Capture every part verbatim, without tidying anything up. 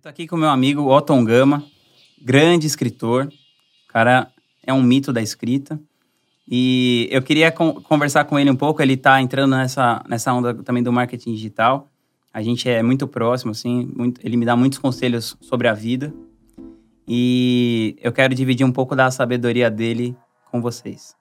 Estou aqui com o meu amigo Otton Gama, grande escritor. O cara é um mito da escrita. E eu queria con- conversar com ele um pouco. Ele está entrando nessa, nessa onda também do marketing digital. A gente é muito próximo, assim. Muito, ele me dá muitos conselhos sobre a vida. E eu quero dividir um pouco da sabedoria dele com vocês.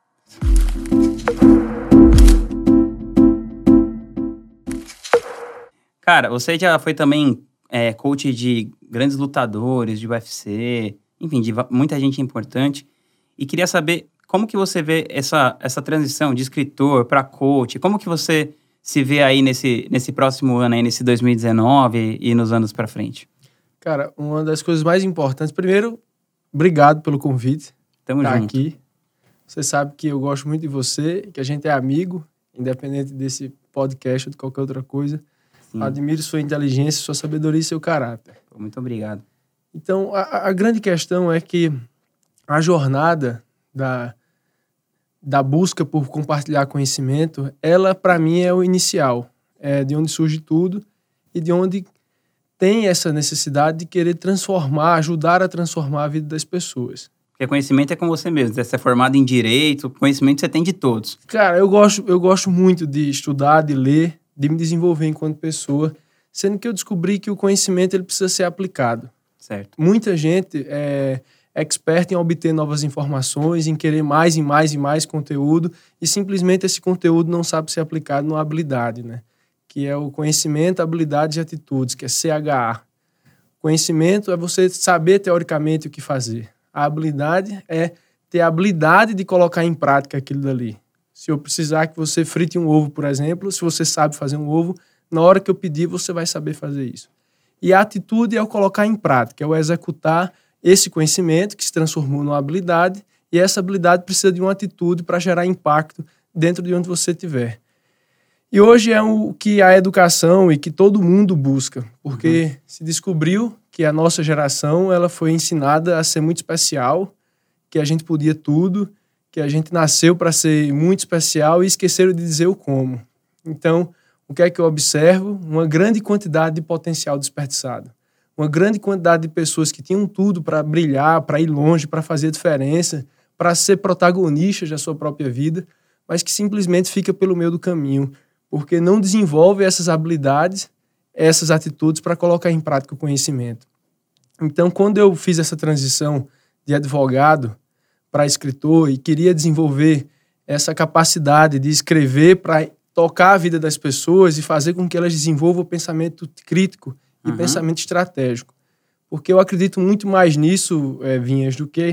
Cara, você já foi também é, coach de grandes lutadores, de U F C, enfim, de va- muita gente importante. E queria saber como que você vê essa, essa transição de escritor para coach. Como que você se vê aí nesse, nesse próximo ano, aí nesse dois mil e dezenove e nos anos para frente? Cara, uma das coisas mais importantes... Primeiro, obrigado pelo convite. Tamo Tá junto. aqui. Você sabe que eu gosto muito de você, que a gente é amigo, independente desse podcast ou de qualquer outra coisa. Sim. Admiro sua inteligência, sua sabedoria e seu caráter. Muito obrigado. Então, a, a grande questão é que a jornada da, da busca por compartilhar conhecimento, ela, para mim, é o inicial. É de onde surge tudo e de onde tem essa necessidade de querer transformar, ajudar a transformar a vida das pessoas. Porque conhecimento é com você mesmo. Você é formado em direito, conhecimento você tem de todos. Cara, eu gosto, eu gosto muito de estudar, de ler, de me desenvolver enquanto pessoa, sendo que eu descobri que o conhecimento ele precisa ser aplicado. Certo. Muita gente é expert em obter novas informações, em querer mais e mais e mais conteúdo, e simplesmente esse conteúdo não sabe ser aplicado numa habilidade, né? Que é o conhecimento, habilidades e atitudes, que é C H A. Conhecimento é você saber teoricamente o que fazer. A habilidade é ter a habilidade de colocar em prática aquilo dali. Se eu precisar que você frite um ovo, por exemplo, se você sabe fazer um ovo, na hora que eu pedir, você vai saber fazer isso. E a atitude é o colocar em prática, é o executar esse conhecimento que se transformou numa habilidade, e essa habilidade precisa de uma atitude para gerar impacto dentro de onde você estiver. E hoje é o que a educação e que todo mundo busca, porque uhum. se descobriu que a nossa geração ela foi ensinada a ser muito especial, que a gente podia tudo, que a gente nasceu para ser muito especial e esqueceram de dizer o como. Então, o que é que eu observo? Uma grande quantidade de potencial desperdiçado. Uma grande quantidade de pessoas que tinham tudo para brilhar, para ir longe, para fazer diferença, para ser protagonistas da sua própria vida, mas que simplesmente fica pelo meio do caminho, porque não desenvolve essas habilidades, essas atitudes para colocar em prática o conhecimento. Então, quando eu fiz essa transição de advogado para escritor e queria desenvolver essa capacidade de escrever para tocar a vida das pessoas e fazer com que elas desenvolvam o pensamento crítico e uhum. pensamento estratégico. Porque eu acredito muito mais nisso, é, Vinhas, do que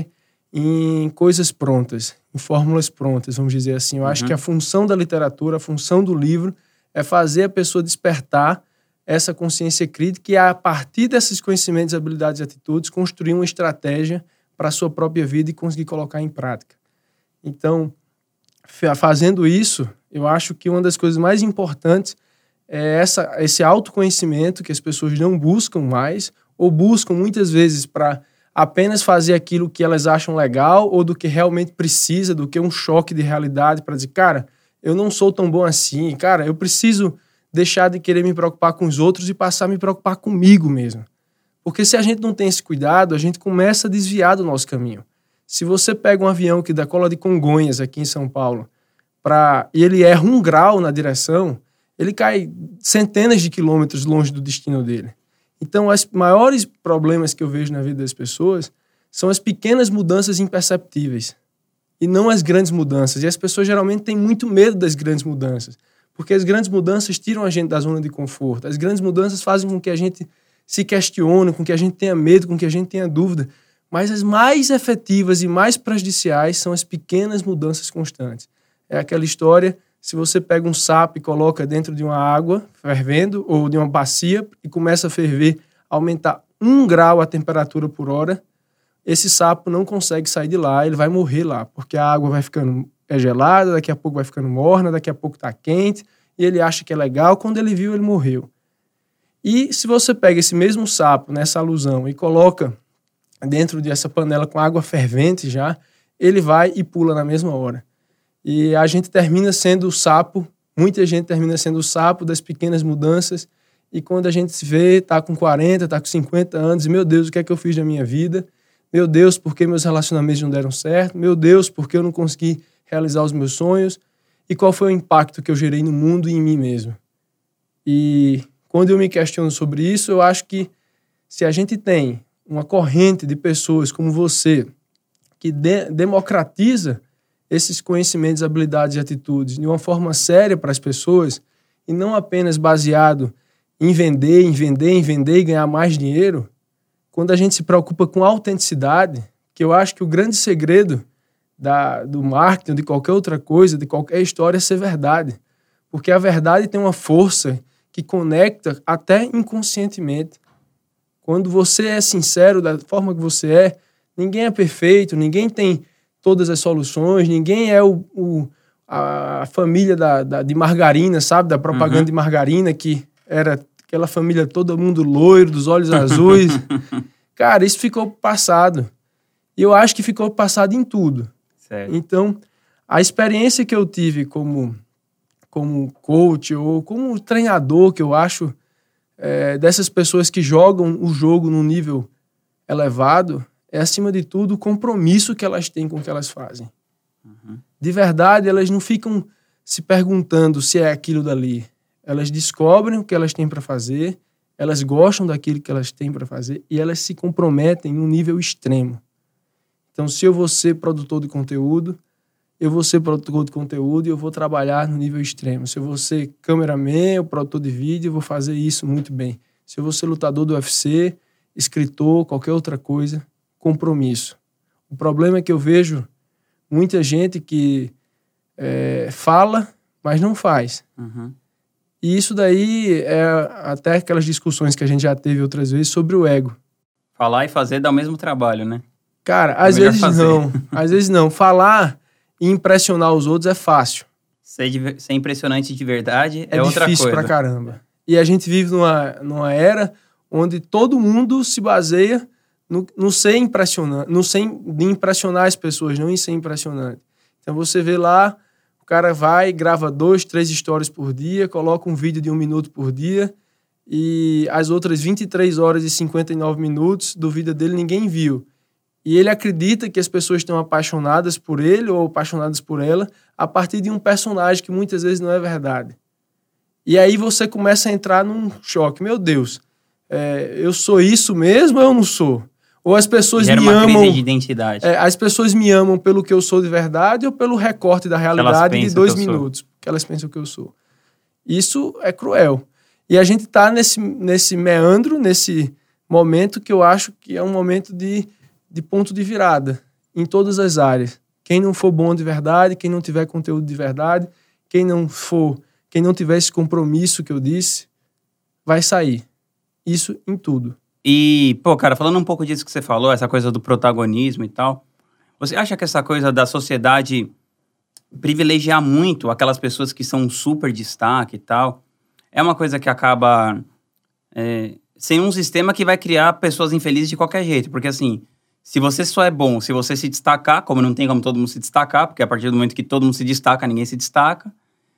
em coisas prontas, em fórmulas prontas, vamos dizer assim. Eu uhum. acho que a função da literatura, a função do livro é fazer a pessoa despertar essa consciência crítica e, a partir desses conhecimentos, habilidades e atitudes, construir uma estratégia para a sua própria vida e conseguir colocar em prática. Então, fazendo isso, eu acho que uma das coisas mais importantes é essa, esse autoconhecimento que as pessoas não buscam mais, ou buscam muitas vezes para apenas fazer aquilo que elas acham legal ou do que realmente precisa, do que um choque de realidade para dizer, cara, eu não sou tão bom assim, cara, eu preciso deixar de querer me preocupar com os outros e passar a me preocupar comigo mesmo. Porque se a gente não tem esse cuidado, a gente começa a desviar do nosso caminho. Se você pega um avião que decola de Congonhas, aqui em São Paulo, pra, e ele erra um grau na direção, ele cai centenas de quilômetros longe do destino dele. Então, os maiores problemas que eu vejo na vida das pessoas são as pequenas mudanças imperceptíveis e não as grandes mudanças. E as pessoas geralmente têm muito medo das grandes mudanças, porque as grandes mudanças tiram a gente da zona de conforto. As grandes mudanças fazem com que a gente se questione, com que a gente tenha medo, com que a gente tenha dúvida. Mas as mais efetivas e mais prejudiciais são as pequenas mudanças constantes. É aquela história, se você pega um sapo e coloca dentro de uma água fervendo ou de uma bacia e começa a ferver, aumentar um grau a temperatura por hora, esse sapo não consegue sair de lá, ele vai morrer lá, porque a água vai ficando é gelada, daqui a pouco vai ficando morna, daqui a pouco está quente, e ele acha que é legal, quando ele viu, ele morreu. E se você pega esse mesmo sapo, nessa alusão, e coloca dentro dessa panela com água fervente já, ele vai e pula na mesma hora. E a gente termina sendo o sapo, muita gente termina sendo o sapo das pequenas mudanças e quando a gente se vê, tá com quarenta, tá com cinquenta anos, e meu Deus, o que é que eu fiz da minha vida? Meu Deus, por que meus relacionamentos não deram certo? Meu Deus, por que eu não consegui realizar os meus sonhos? E qual foi o impacto que eu gerei no mundo e em mim mesmo? E quando eu me questiono sobre isso, eu acho que se a gente tem uma corrente de pessoas como você, que de- democratiza esses conhecimentos, habilidades e atitudes de uma forma séria para as pessoas, e não apenas baseado em vender, em vender, em vender e ganhar mais dinheiro, quando a gente se preocupa com autenticidade, que eu acho que o grande segredo da, do marketing, de qualquer outra coisa, de qualquer história, é ser verdade. Porque a verdade tem uma força que conecta até inconscientemente. Quando você é sincero da forma que você é, ninguém é perfeito, ninguém tem todas as soluções, ninguém é o, o, a família da, da, de margarina, sabe? Da propaganda uhum. de margarina, que era aquela família, todo mundo loiro, dos olhos azuis. Cara, isso ficou passado. E eu acho que ficou passado em tudo. Certo. Então, a experiência que eu tive como, como coach ou como treinador, que eu acho, é, dessas pessoas que jogam o jogo num nível elevado, é, acima de tudo, o compromisso que elas têm com o que elas fazem. Uhum. De verdade, elas não ficam se perguntando se é aquilo dali. Elas descobrem o que elas têm para fazer, elas gostam daquilo que elas têm para fazer e elas se comprometem num nível extremo. Então, se eu vou ser produtor de conteúdo, eu vou ser produtor de conteúdo e eu vou trabalhar no nível extremo. Se eu vou ser cameraman ou produtor de vídeo, eu vou fazer isso muito bem. Se eu vou ser lutador do U F C, escritor, qualquer outra coisa, compromisso. O problema é que eu vejo muita gente que é, fala, mas não faz. Uhum. E isso daí é até aquelas discussões que a gente já teve outras vezes sobre o ego. Falar e fazer dá o mesmo trabalho, né? Cara, às é vezes não. Às vezes não. Falar e impressionar os outros é fácil. Ser, de, ser impressionante de verdade é, é outra coisa. É difícil pra caramba. E a gente vive numa, numa era onde todo mundo se baseia no, no ser impressionante, no ser de impressionar as pessoas, não em ser impressionante. Então você vê lá, o cara vai, grava dois, três stories por dia, coloca um vídeo de um minuto por dia e as outras vinte e três horas e cinquenta e nove minutos do vídeo dele ninguém viu. E ele acredita que as pessoas estão apaixonadas por ele ou apaixonadas por ela a partir de um personagem que muitas vezes não é verdade. E aí você começa a entrar num choque. Meu Deus, é, eu sou isso mesmo ou eu não sou? Ou as pessoas Gera me uma amam... crise de identidade. É, as pessoas me amam pelo que eu sou de verdade ou pelo recorte da realidade de dois minutos que elas pensam que eu sou. Isso é cruel. E a gente está nesse, nesse meandro, nesse momento que eu acho que é um momento de... de ponto de virada em todas as áreas. Quem não for bom de verdade, quem não tiver conteúdo de verdade, quem não for, quem não tiver esse compromisso que eu disse, vai sair. Isso em tudo. E, pô, cara, falando um pouco disso que você falou, essa coisa do protagonismo e tal, você acha que essa coisa da sociedade privilegiar muito aquelas pessoas que são super destaque e tal, é uma coisa que acaba é, sendo um sistema que vai criar pessoas infelizes de qualquer jeito? Porque, assim, se você só é bom, se você se destacar, como não tem como todo mundo se destacar, porque a partir do momento que todo mundo se destaca, ninguém se destaca,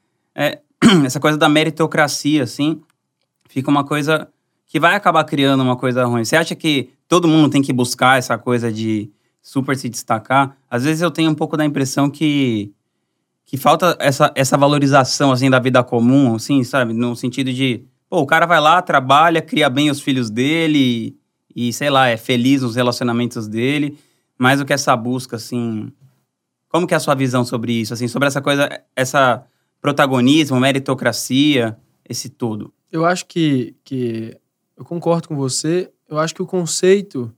é, essa coisa da meritocracia, assim, fica uma coisa que vai acabar criando uma coisa ruim. Você acha que todo mundo tem que buscar essa coisa de super se destacar? Às vezes eu tenho um pouco da impressão que, que falta essa, essa valorização, assim, da vida comum, assim, sabe? No sentido de, pô, o cara vai lá, trabalha, cria bem os filhos dele... E, sei lá, é feliz nos relacionamentos dele, mais do que essa busca, assim... Como que é a sua visão sobre isso, assim? Sobre essa coisa, essa protagonismo, meritocracia, esse tudo. Eu acho que, que... Eu concordo com você. Eu acho que o conceito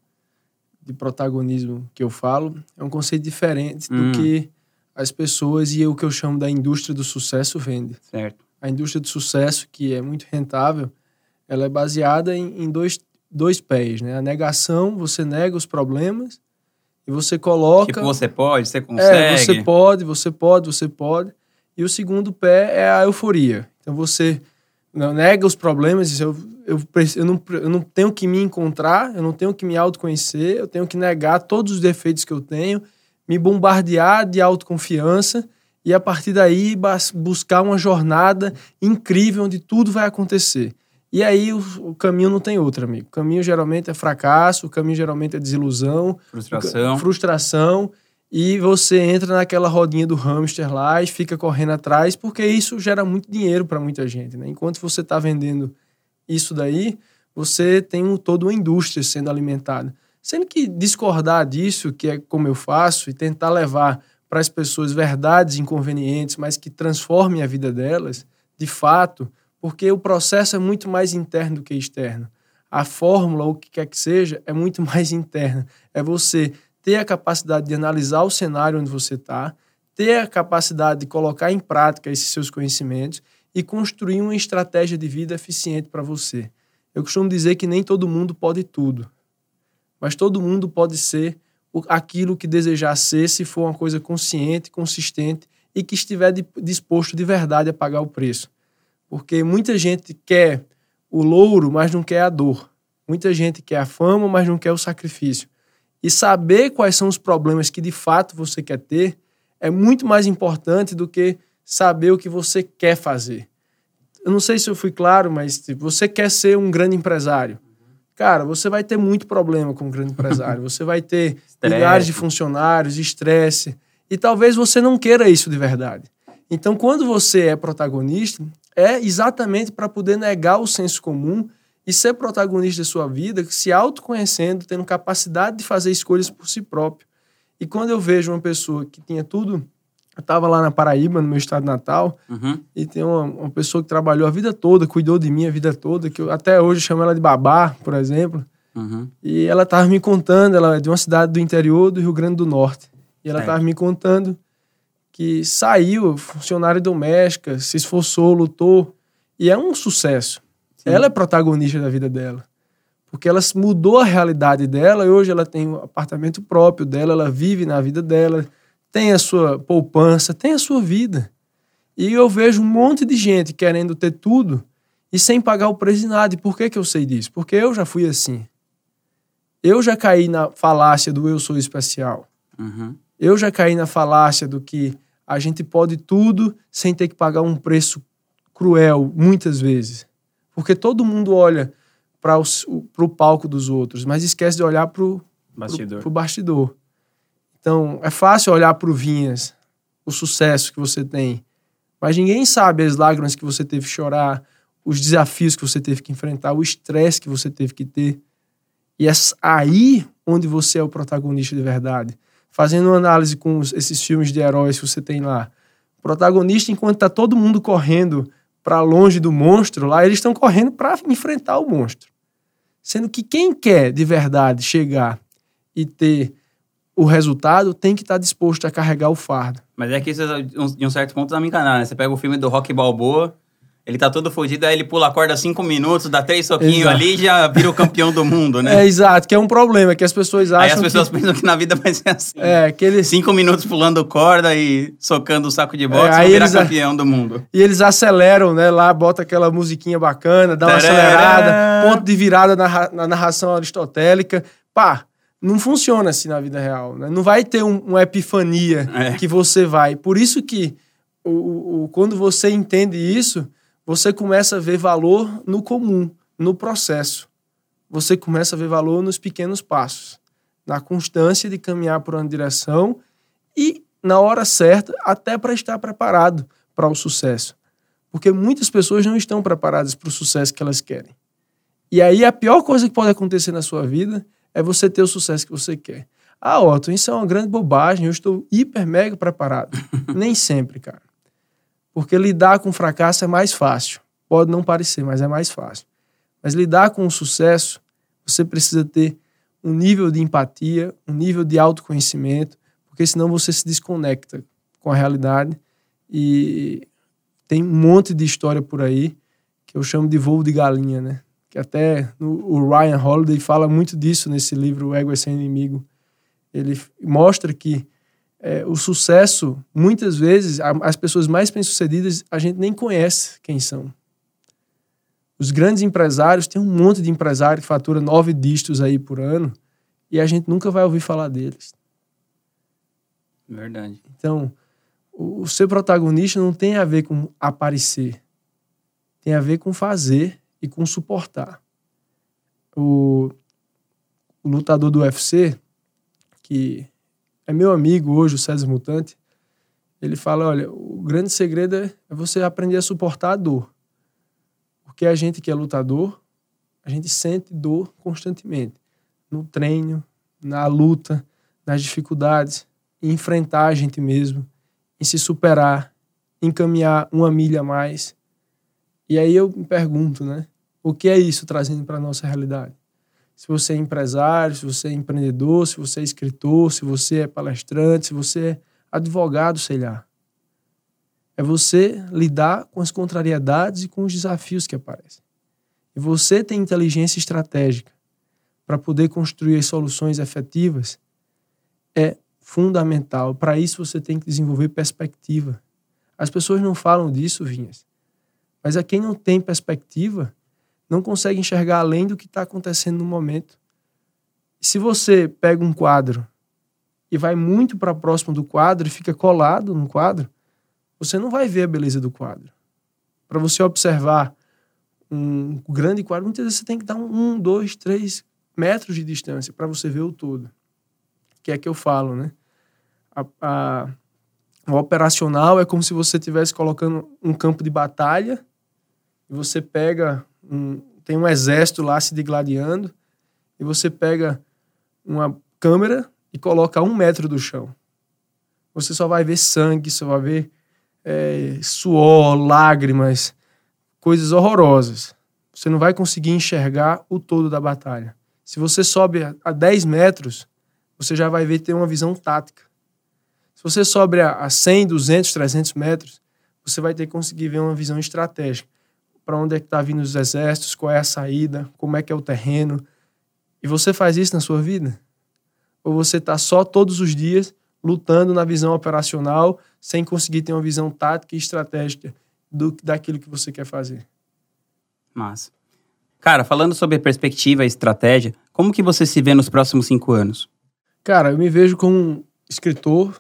de protagonismo que eu falo é um conceito diferente hum. do que as pessoas e o que eu chamo da indústria do sucesso vende. Certo. A indústria do sucesso, que é muito rentável, ela é baseada em, em dois... dois pés, né? A negação, você nega os problemas e você coloca... Tipo, você pode, você consegue. É, você pode, você pode, você pode. E o segundo pé é a euforia. Então, você não, nega os problemas e diz, eu, eu, eu, não, eu não tenho que me encontrar, eu não tenho que me autoconhecer, eu tenho que negar todos os defeitos que eu tenho, me bombardear de autoconfiança e, a partir daí, buscar uma jornada incrível onde tudo vai acontecer. E aí o, o caminho não tem outro, amigo. O caminho geralmente é fracasso, o caminho geralmente é desilusão. Frustração. Frustração. E você entra naquela rodinha do hamster lá e fica correndo atrás, porque isso gera muito dinheiro para muita gente, né? Enquanto você está vendendo isso daí, você tem um, toda uma indústria sendo alimentada. Sendo que discordar disso, que é como eu faço, e tentar levar para as pessoas verdades inconvenientes, mas que transformem a vida delas, de fato, porque o processo é muito mais interno do que externo. A fórmula, ou o que quer que seja, é muito mais interna. É você ter a capacidade de analisar o cenário onde você está, ter a capacidade de colocar em prática esses seus conhecimentos e construir uma estratégia de vida eficiente para você. Eu costumo dizer que nem todo mundo pode tudo, mas todo mundo pode ser aquilo que desejar ser se for uma coisa consciente, consistente e que estiver disposto de verdade a pagar o preço. Porque muita gente quer o louro, mas não quer a dor. Muita gente quer a fama, mas não quer o sacrifício. E saber quais são os problemas que de fato você quer ter é muito mais importante do que saber o que você quer fazer. Eu não sei se eu fui claro, mas tipo, você quer ser um grande empresário. Cara, você vai ter muito problema com um grande empresário. Você vai ter milhares de funcionários, estresse. E talvez você não queira isso de verdade. Então, quando você é protagonista, é exatamente para poder negar o senso comum e ser protagonista da sua vida, se autoconhecendo, tendo capacidade de fazer escolhas por si próprio. E quando eu vejo uma pessoa que tinha tudo... Eu estava lá na Paraíba, no meu estado natal, uhum. e tem uma, uma pessoa que trabalhou a vida toda, cuidou de mim a vida toda, que eu até hoje chamo ela de babá, por exemplo. Uhum. E ela estava me contando, ela é de uma cidade do interior do Rio Grande do Norte. E ela estava me contando que saiu, funcionária doméstica, se esforçou, lutou, e é um sucesso. Sim. Ela é protagonista da vida dela. Porque ela mudou a realidade dela e hoje ela tem um apartamento próprio dela, ela vive na vida dela, tem a sua poupança, tem a sua vida. E eu vejo um monte de gente querendo ter tudo e sem pagar o preço de nada. E por que que eu sei disso? Porque eu já fui assim. Eu já caí na falácia do eu sou especial. Uhum. Eu já caí na falácia do que a gente pode tudo sem ter que pagar um preço cruel, muitas vezes. Porque todo mundo olha para o palco dos outros, mas esquece de olhar para o bastidor. bastidor. Então, é fácil olhar para o Vinhas, o sucesso que você tem, mas ninguém sabe as lágrimas que você teve que chorar, os desafios que você teve que enfrentar, o estresse que você teve que ter. E é aí onde você é o protagonista de verdade. Fazendo uma análise com esses filmes de heróis que você tem lá. O protagonista, enquanto está todo mundo correndo para longe do monstro, lá eles estão correndo para enfrentar o monstro. Sendo que quem quer de verdade chegar e ter o resultado tem que estar disposto a carregar o fardo. Mas é que isso, de um certo ponto, tá me enganando, né? Você pega o filme do Rocky Balboa, ele tá todo fodido, aí ele pula a corda cinco minutos, dá três soquinhos ali e já vira o campeão do mundo, né? É, exato, que é um problema, que as pessoas acham Aí as pessoas que... pensam que na vida vai ser assim. É, que eles... Cinco minutos pulando corda e socando o saco de boxe, é, aí virar eles... campeão do mundo. E eles aceleram, né? Lá bota aquela musiquinha bacana, dá uma Tarará. acelerada, ponto de virada na, na narração aristotélica. Pá, não funciona assim na vida real, né? Não vai ter um, uma epifania é. que você vai. Por isso que o, o, quando você entende isso, você começa a ver valor no comum, no processo. Você começa a ver valor nos pequenos passos, na constância de caminhar por uma direção e, na hora certa, até para estar preparado para o sucesso. Porque muitas pessoas não estão preparadas para o sucesso que elas querem. E aí a pior coisa que pode acontecer na sua vida é você ter o sucesso que você quer. Ah, Otto, isso é uma grande bobagem, eu estou hiper mega preparado. Nem sempre, cara. Porque lidar com fracasso é mais fácil. Pode não parecer, mas é mais fácil. Mas lidar com o sucesso, você precisa ter um nível de empatia, um nível de autoconhecimento, porque senão você se desconecta com a realidade. E tem um monte de história por aí que eu chamo de voo de galinha, né? Que até no, o Ryan Holiday fala muito disso nesse livro, O Ego é Seu Inimigo. Ele mostra que É, o sucesso, muitas vezes, as pessoas mais bem-sucedidas, a gente nem conhece quem são. Os grandes empresários, tem um monte de empresário que fatura nove dígitos aí por ano e a gente nunca vai ouvir falar deles. Verdade. Então, o, o ser protagonista não tem a ver com aparecer. Tem a ver com fazer e com suportar. O, o lutador do U F C, que é meu amigo hoje, o César Mutante, ele fala, olha, o grande segredo é você aprender a suportar a dor. Porque a gente que é lutador, a gente sente dor constantemente. No treino, na luta, nas dificuldades, em enfrentar a gente mesmo, em se superar, em caminhar uma milha a mais. E aí eu me pergunto, né? O que é isso trazendo para a nossa realidade? Se você é empresário, se você é empreendedor, se você é escritor, se você é palestrante, se você é advogado, sei lá. É você lidar com as contrariedades e com os desafios que aparecem. E você tem inteligência estratégica para poder construir as soluções efetivas é fundamental. Para isso você tem que desenvolver perspectiva. As pessoas não falam disso, Vinhas. Mas a quem não tem perspectiva não consegue enxergar além do que está acontecendo no momento. E se você pega um quadro e vai muito para próximo do quadro e fica colado no quadro, você não vai ver a beleza do quadro. Para você observar um grande quadro, muitas vezes você tem que dar um, um dois, três metros de distância para você ver o todo. Que é que eu falo, né? A, a, o operacional é como se você estivesse colocando um campo de batalha e você pega, um, tem um exército lá se digladiando e você pega uma câmera e coloca a um metro do chão. Você só vai ver sangue, só vai ver é, suor, lágrimas, coisas horrorosas. Você não vai conseguir enxergar o todo da batalha. Se você sobe a dez metros, você já vai ver ter uma visão tática. Se você sobe a cem, duzentos, trezentos metros, você vai ter que conseguir ver uma visão estratégica. Para onde é que está vindo os exércitos, qual é a saída, como é que é o terreno. E você faz isso na sua vida? Ou você está só todos os dias lutando na visão operacional sem conseguir ter uma visão tática e estratégica do, daquilo que você quer fazer? Massa. Cara, falando sobre perspectiva e estratégia, como que você se vê nos próximos cinco anos? Cara, eu me vejo como um escritor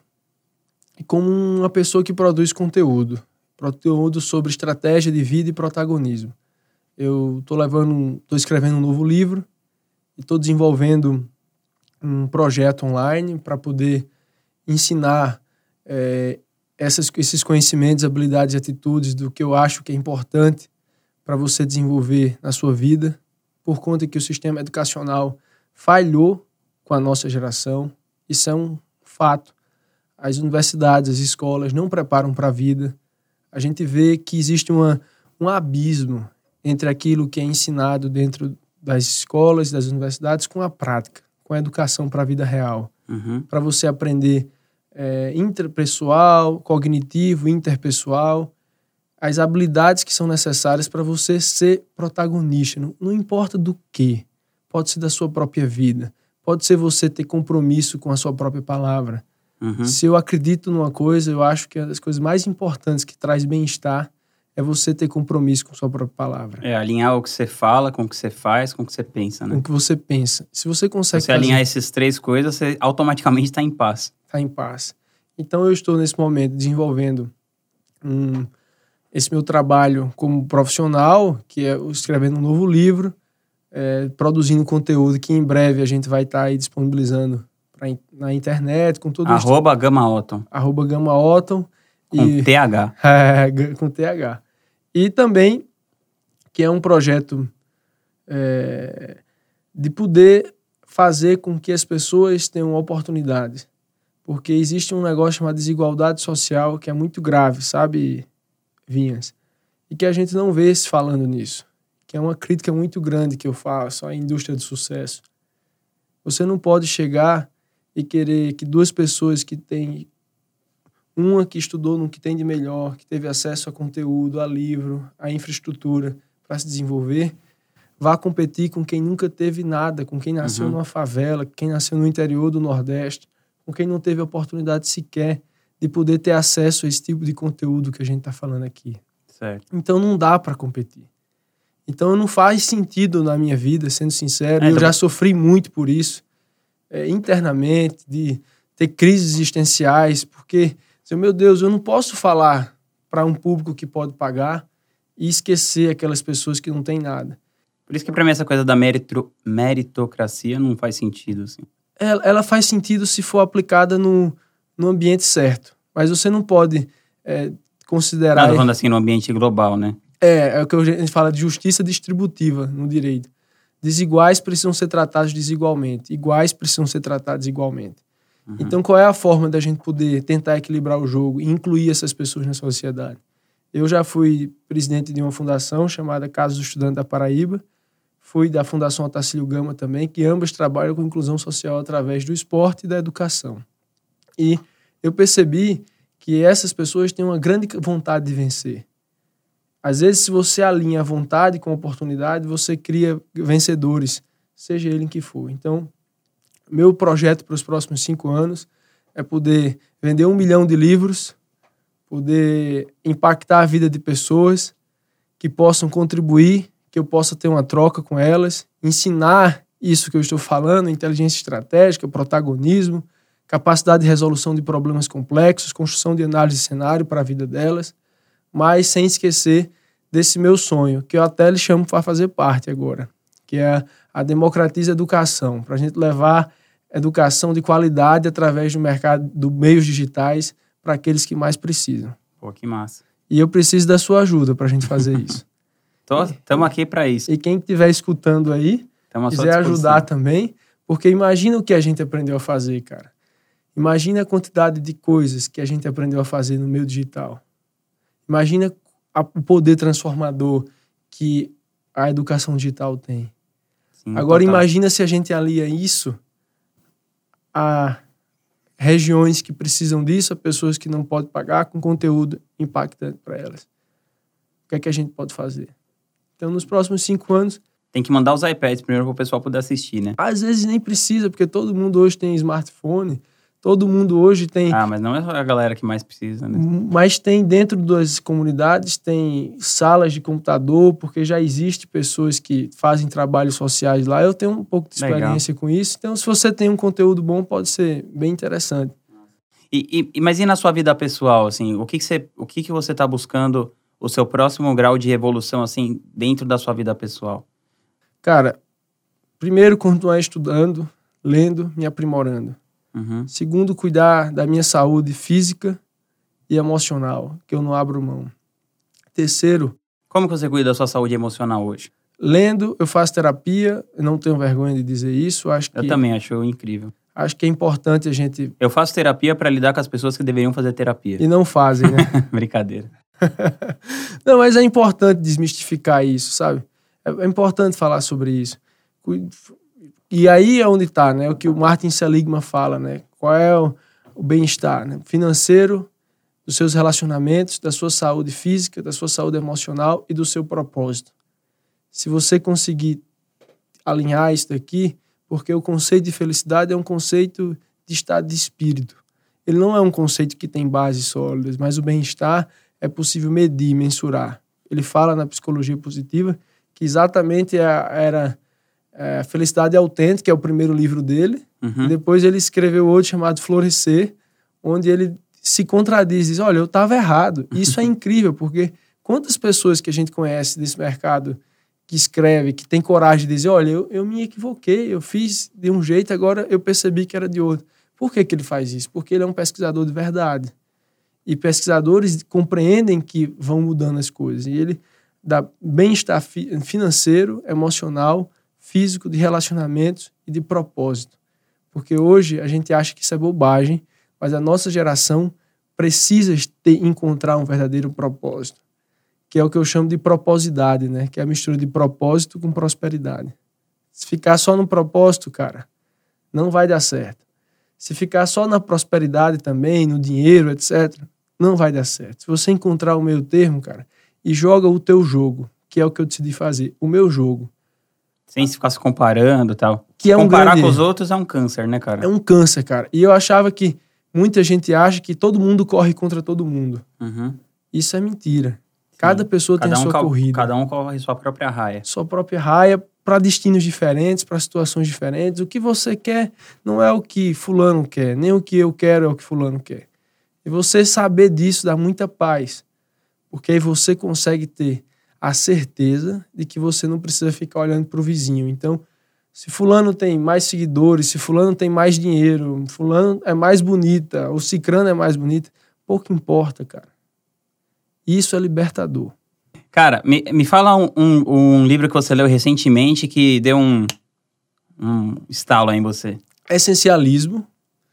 e como uma pessoa que produz conteúdo. Conteúdo sobre estratégia de vida e protagonismo. Eu estou levando, estou escrevendo um novo livro e estou desenvolvendo um projeto online para poder ensinar é, essas, esses conhecimentos, habilidades e atitudes do que eu acho que é importante para você desenvolver na sua vida, por conta que o sistema educacional falhou com a nossa geração. Isso é um fato. As universidades, as escolas não preparam para a vida. A gente vê que existe uma, um abismo entre aquilo que é ensinado dentro das escolas, das universidades, com a prática, com a educação para a vida real. Uhum. Para você aprender é, interpessoal, cognitivo, interpessoal, as habilidades que são necessárias para você ser protagonista. Não, não importa do que. Pode ser da sua própria vida. Pode ser você ter compromisso com a sua própria palavra. Uhum. Se eu acredito numa coisa, eu acho que uma das coisas mais importantes que traz bem-estar é você ter compromisso com a sua própria palavra. É alinhar o que você fala, com o que você faz, com o que você pensa, né? Com o que você pensa. Se você consegue Se você fazer, alinhar essas três coisas, você automaticamente está em paz. está em paz. Então eu estou nesse momento desenvolvendo um, esse meu trabalho como profissional, que é escrevendo um novo livro, é, produzindo conteúdo que em breve a gente vai estar aí disponibilizando pra, na internet, com todo Arroba Gama Otton. Arroba Gama Otton. Com e, T H. É, com T H. E também que é um projeto é, de poder fazer com que as pessoas tenham oportunidades. Porque existe um negócio chamado desigualdade social que é muito grave, sabe, Vinhas? E que a gente não vê se falando nisso. Que é uma crítica muito grande que eu faço à indústria do sucesso. Você não pode chegar e querer que duas pessoas que têm... Uma que estudou no que tem de melhor, que teve acesso a conteúdo, a livro, a infraestrutura para se desenvolver, vá competir com quem nunca teve nada, com quem nasceu Uhum. numa favela, quem nasceu no interior do Nordeste, com quem não teve a oportunidade sequer de poder ter acesso a esse tipo de conteúdo que a gente está falando aqui. Certo. Então não dá para competir. Então não faz sentido na minha vida, sendo sincero. É, eu então... já sofri muito por isso, é, internamente, de ter crises existenciais, porque... Meu Deus, eu não posso falar para um público que pode pagar e esquecer aquelas pessoas que não têm nada. Por isso que para mim essa coisa da merito, meritocracia não faz sentido, assim. Ela, ela faz sentido se for aplicada no, no ambiente certo, mas você não pode é, considerar... Não, tô falando assim no ambiente global, né? É, é o que a gente fala de justiça distributiva no direito. Desiguais precisam ser tratados desigualmente, iguais precisam ser tratados igualmente. Uhum. Então, qual é a forma da gente poder tentar equilibrar o jogo e incluir essas pessoas na sociedade? Eu já fui presidente de uma fundação chamada Casa do Estudante da Paraíba, fui da Fundação Otacílio Gama também, que ambas trabalham com inclusão social através do esporte e da educação. E eu percebi que essas pessoas têm uma grande vontade de vencer. Às vezes, se você alinha a vontade com a oportunidade, você cria vencedores, seja ele em que for. Então, meu projeto para os próximos cinco anos é poder vender um milhão de livros, poder impactar a vida de pessoas que possam contribuir, que eu possa ter uma troca com elas, ensinar isso que eu estou falando, inteligência estratégica, protagonismo, capacidade de resolução de problemas complexos, construção de análise de cenário para a vida delas, mas sem esquecer desse meu sonho, que eu até lhe chamo para fazer parte agora, que é a Democratiza Educação, para a gente levar educação de qualidade através do mercado, dos meios digitais, para aqueles que mais precisam. Pô, que massa. E eu preciso da sua ajuda para a gente fazer isso. Estamos aqui para isso. E quem estiver escutando aí, quiser ajudar também, porque imagina o que a gente aprendeu a fazer, cara. Imagina a quantidade de coisas que a gente aprendeu a fazer no meio digital. Imagina a, o poder transformador que a educação digital tem. Sim, Agora, total. Imagina se a gente alia isso a regiões que precisam disso, a pessoas que não podem pagar, com conteúdo impactante para elas. O que é que a gente pode fazer? Então, nos próximos cinco anos... Tem que mandar os iPads primeiro para o pessoal poder assistir, né? Às vezes nem precisa, porque todo mundo hoje tem smartphone, todo mundo hoje tem... Ah, mas não é a galera que mais precisa, né? Mas tem dentro das comunidades, tem salas de computador, porque já existe pessoas que fazem trabalhos sociais lá. Eu tenho um pouco de experiência Legal. Com isso. Então, se você tem um conteúdo bom, pode ser bem interessante. E, e, mas e na sua vida pessoal, assim, o que, que você o que, que você está buscando, o seu próximo grau de evolução, assim, dentro da sua vida pessoal? Cara, primeiro, continuar estudando, lendo, me aprimorando. Uhum. Segundo, cuidar da minha saúde física e emocional, que eu não abro mão. Terceiro... Como que você cuida da sua saúde emocional hoje? Lendo, eu faço terapia, eu não tenho vergonha de dizer isso. Acho que, eu também acho incrível. Acho que é importante a gente... Eu faço terapia para lidar com as pessoas que deveriam fazer terapia. E não fazem, né? Brincadeira. Não, mas é importante desmistificar isso, sabe? É importante falar sobre isso. E aí é onde está, né? O que o Martin Seligman fala, né? Qual é o, o bem-estar, né? Financeiro, dos seus relacionamentos, da sua saúde física, da sua saúde emocional e do seu propósito. Se você conseguir alinhar isso daqui, porque o conceito de felicidade é um conceito de estado de espírito. Ele não é um conceito que tem bases sólidas, mas o bem-estar é possível medir, mensurar. Ele fala na psicologia positiva que exatamente era a Felicidade Autêntica, que é o primeiro livro dele. Uhum. Depois ele escreveu outro chamado Florescer, onde ele se contradiz, diz, olha, eu estava errado. Isso é incrível, porque quantas pessoas que a gente conhece desse mercado que escreve, que tem coragem de dizer, olha, eu, eu me equivoquei, eu fiz de um jeito, agora eu percebi que era de outro. Por que que ele faz isso? Porque ele é um pesquisador de verdade. E pesquisadores compreendem que vão mudando as coisas. E ele dá bem-estar fi- financeiro, emocional, físico, de relacionamentos e de propósito. Porque hoje a gente acha que isso é bobagem, mas a nossa geração precisa ter, encontrar um verdadeiro propósito, que é o que eu chamo de proposidade, né? Que é a mistura de propósito com prosperidade. Se ficar só no propósito, cara, não vai dar certo. Se ficar só na prosperidade também, no dinheiro, etcétera, não vai dar certo. Se você encontrar o meio termo, cara, e joga o teu jogo, que é o que eu decidi fazer, o meu jogo. Sem ficar se comparando e tal. Que é um Comparar grande... com os outros é um câncer, né, cara? É um câncer, cara. E eu achava que muita gente acha que todo mundo corre contra todo mundo. Uhum. Isso é mentira. Cada pessoa cada tem um a sua cal... corrida. Cada um corre sua própria raia. Sua própria raia para destinos diferentes, para situações diferentes. O que você quer não é o que fulano quer, nem o que eu quero é o que fulano quer. E você saber disso dá muita paz. Porque aí você consegue ter a certeza de que você não precisa ficar olhando para o vizinho. Então, se fulano tem mais seguidores, se fulano tem mais dinheiro, fulano é mais bonita, ou cicrano é mais bonita, pouco importa, cara. Isso é libertador. Cara, me, me fala um, um, um livro que você leu recentemente que deu um, um estalo aí em você. Essencialismo.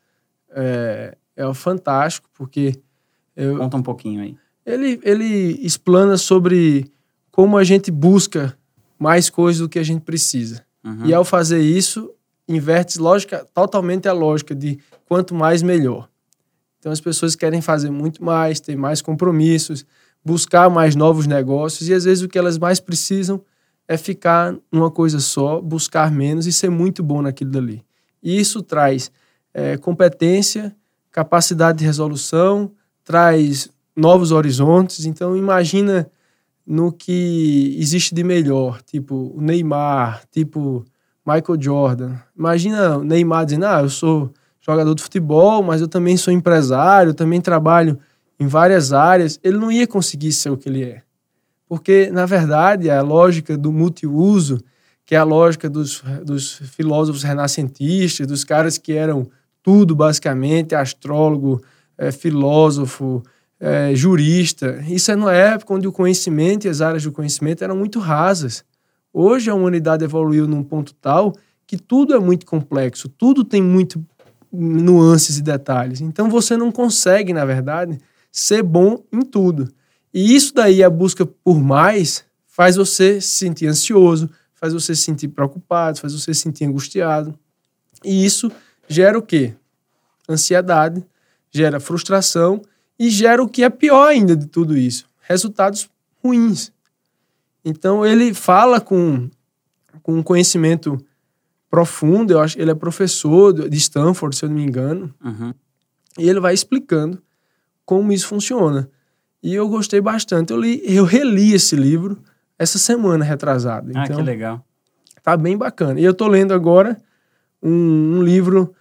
É, é fantástico, porque... Eu, Conta um pouquinho aí. Ele, ele explana sobre como a gente busca mais coisas do que a gente precisa. Uhum. E ao fazer isso, inverte lógica, totalmente a lógica de quanto mais, melhor. Então as pessoas querem fazer muito mais, ter mais compromissos, buscar mais novos negócios, e às vezes o que elas mais precisam é ficar numa coisa só, buscar menos e ser muito bom naquilo dali. E isso traz é, competência, capacidade de resolução, traz novos horizontes. Então imagina no que existe de melhor, tipo o Neymar, tipo Michael Jordan. Imagina o Neymar dizendo, ah, eu sou jogador de futebol, mas eu também sou empresário, eu também trabalho em várias áreas. Ele não ia conseguir ser o que ele é. Porque, na verdade, a lógica do multiuso, que é a lógica dos, dos filósofos renascentistas, dos caras que eram tudo, basicamente, astrólogo, é, filósofo, é, jurista. Isso é numa época onde o conhecimento e as áreas do conhecimento eram muito rasas. Hoje a humanidade evoluiu num ponto tal que tudo é muito complexo, tudo tem muito nuances e detalhes. Então você não consegue, na verdade, ser bom em tudo. E isso daí, a busca por mais, faz você se sentir ansioso, faz você se sentir preocupado, faz você se sentir angustiado. E isso gera o quê? Ansiedade, gera frustração e gera o que é pior ainda de tudo isso, resultados ruins. Então ele fala com, com um conhecimento profundo, eu acho que ele é professor de Stanford, se eu não me engano, uhum. E ele vai explicando como isso funciona. E eu gostei bastante. Eu, li, eu reli esse livro essa semana retrasada. Ah, então, que legal. Tá bem bacana. E eu tô lendo agora um, um livro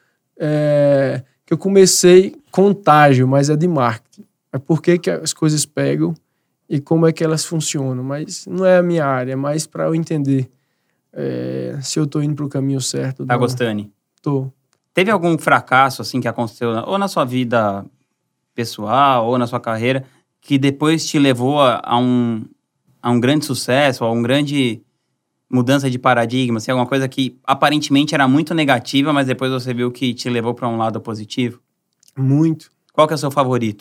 é, que eu comecei, Contágio, mas é de marketing. É por que que as coisas pegam e como é que elas funcionam. Mas não é a minha área, é mais para eu entender é, se eu tô indo pro caminho certo. Tá gostando? Tô. Teve algum fracasso, assim, que aconteceu ou na sua vida pessoal ou na sua carreira que depois te levou a, a, um, a um grande sucesso, a uma grande mudança de paradigma? Assim, alguma coisa que aparentemente era muito negativa, mas depois você viu que te levou para um lado positivo? Muito. Qual que é o seu favorito?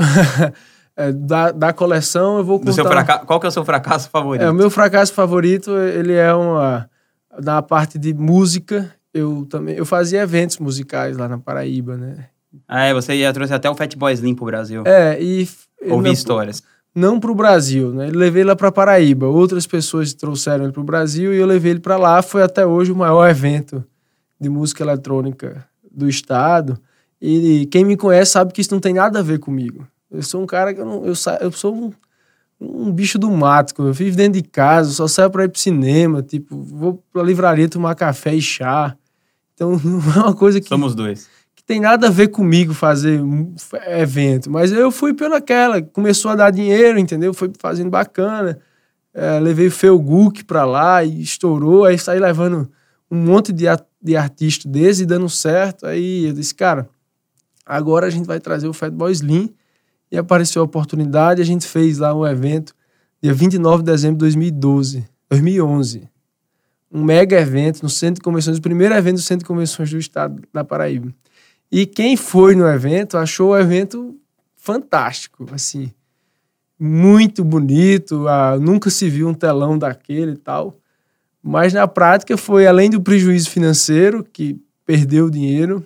é, da, da coleção eu vou contar... Do seu fraca... Qual que é o seu fracasso favorito? É, o meu fracasso favorito, ele é uma... Na parte de música, eu também... Eu fazia eventos musicais lá na Paraíba, né? Ah, é, você ia, trouxe até o Fatboy Slim pro Brasil. É, e... Ouvi não, histórias. Não pro Brasil, né? Eu levei ele pra Paraíba. Outras pessoas trouxeram ele pro Brasil e eu levei ele pra lá. Foi até hoje o maior evento de música eletrônica do estado. E quem me conhece sabe que isso não tem nada a ver comigo. Eu sou um cara que eu não... Eu, sa... eu sou um, um bicho do mato. Eu vivo dentro de casa, só saio pra ir pro cinema. Tipo, vou pra livraria tomar café e chá. Então, não é uma coisa que... Somos dois. Que tem nada a ver comigo fazer evento. Mas eu fui pelaquela. Começou a dar dinheiro, entendeu? Foi fazendo bacana. É, levei o Felguk pra lá e estourou. Aí saí levando um monte de, de artistas desse e dando certo. Aí eu disse, cara, agora a gente vai trazer o Fatboy Slim. E apareceu a oportunidade. A gente fez lá um evento dia vinte e nove de dezembro de dois mil e doze. dois mil e onze. Um mega evento no Centro de Convenções. O primeiro evento do Centro de Convenções do Estado da Paraíba. E quem foi no evento achou o evento fantástico, assim, muito bonito, ah, nunca se viu um telão daquele e tal, mas na prática foi, além do prejuízo financeiro, que perdeu o dinheiro,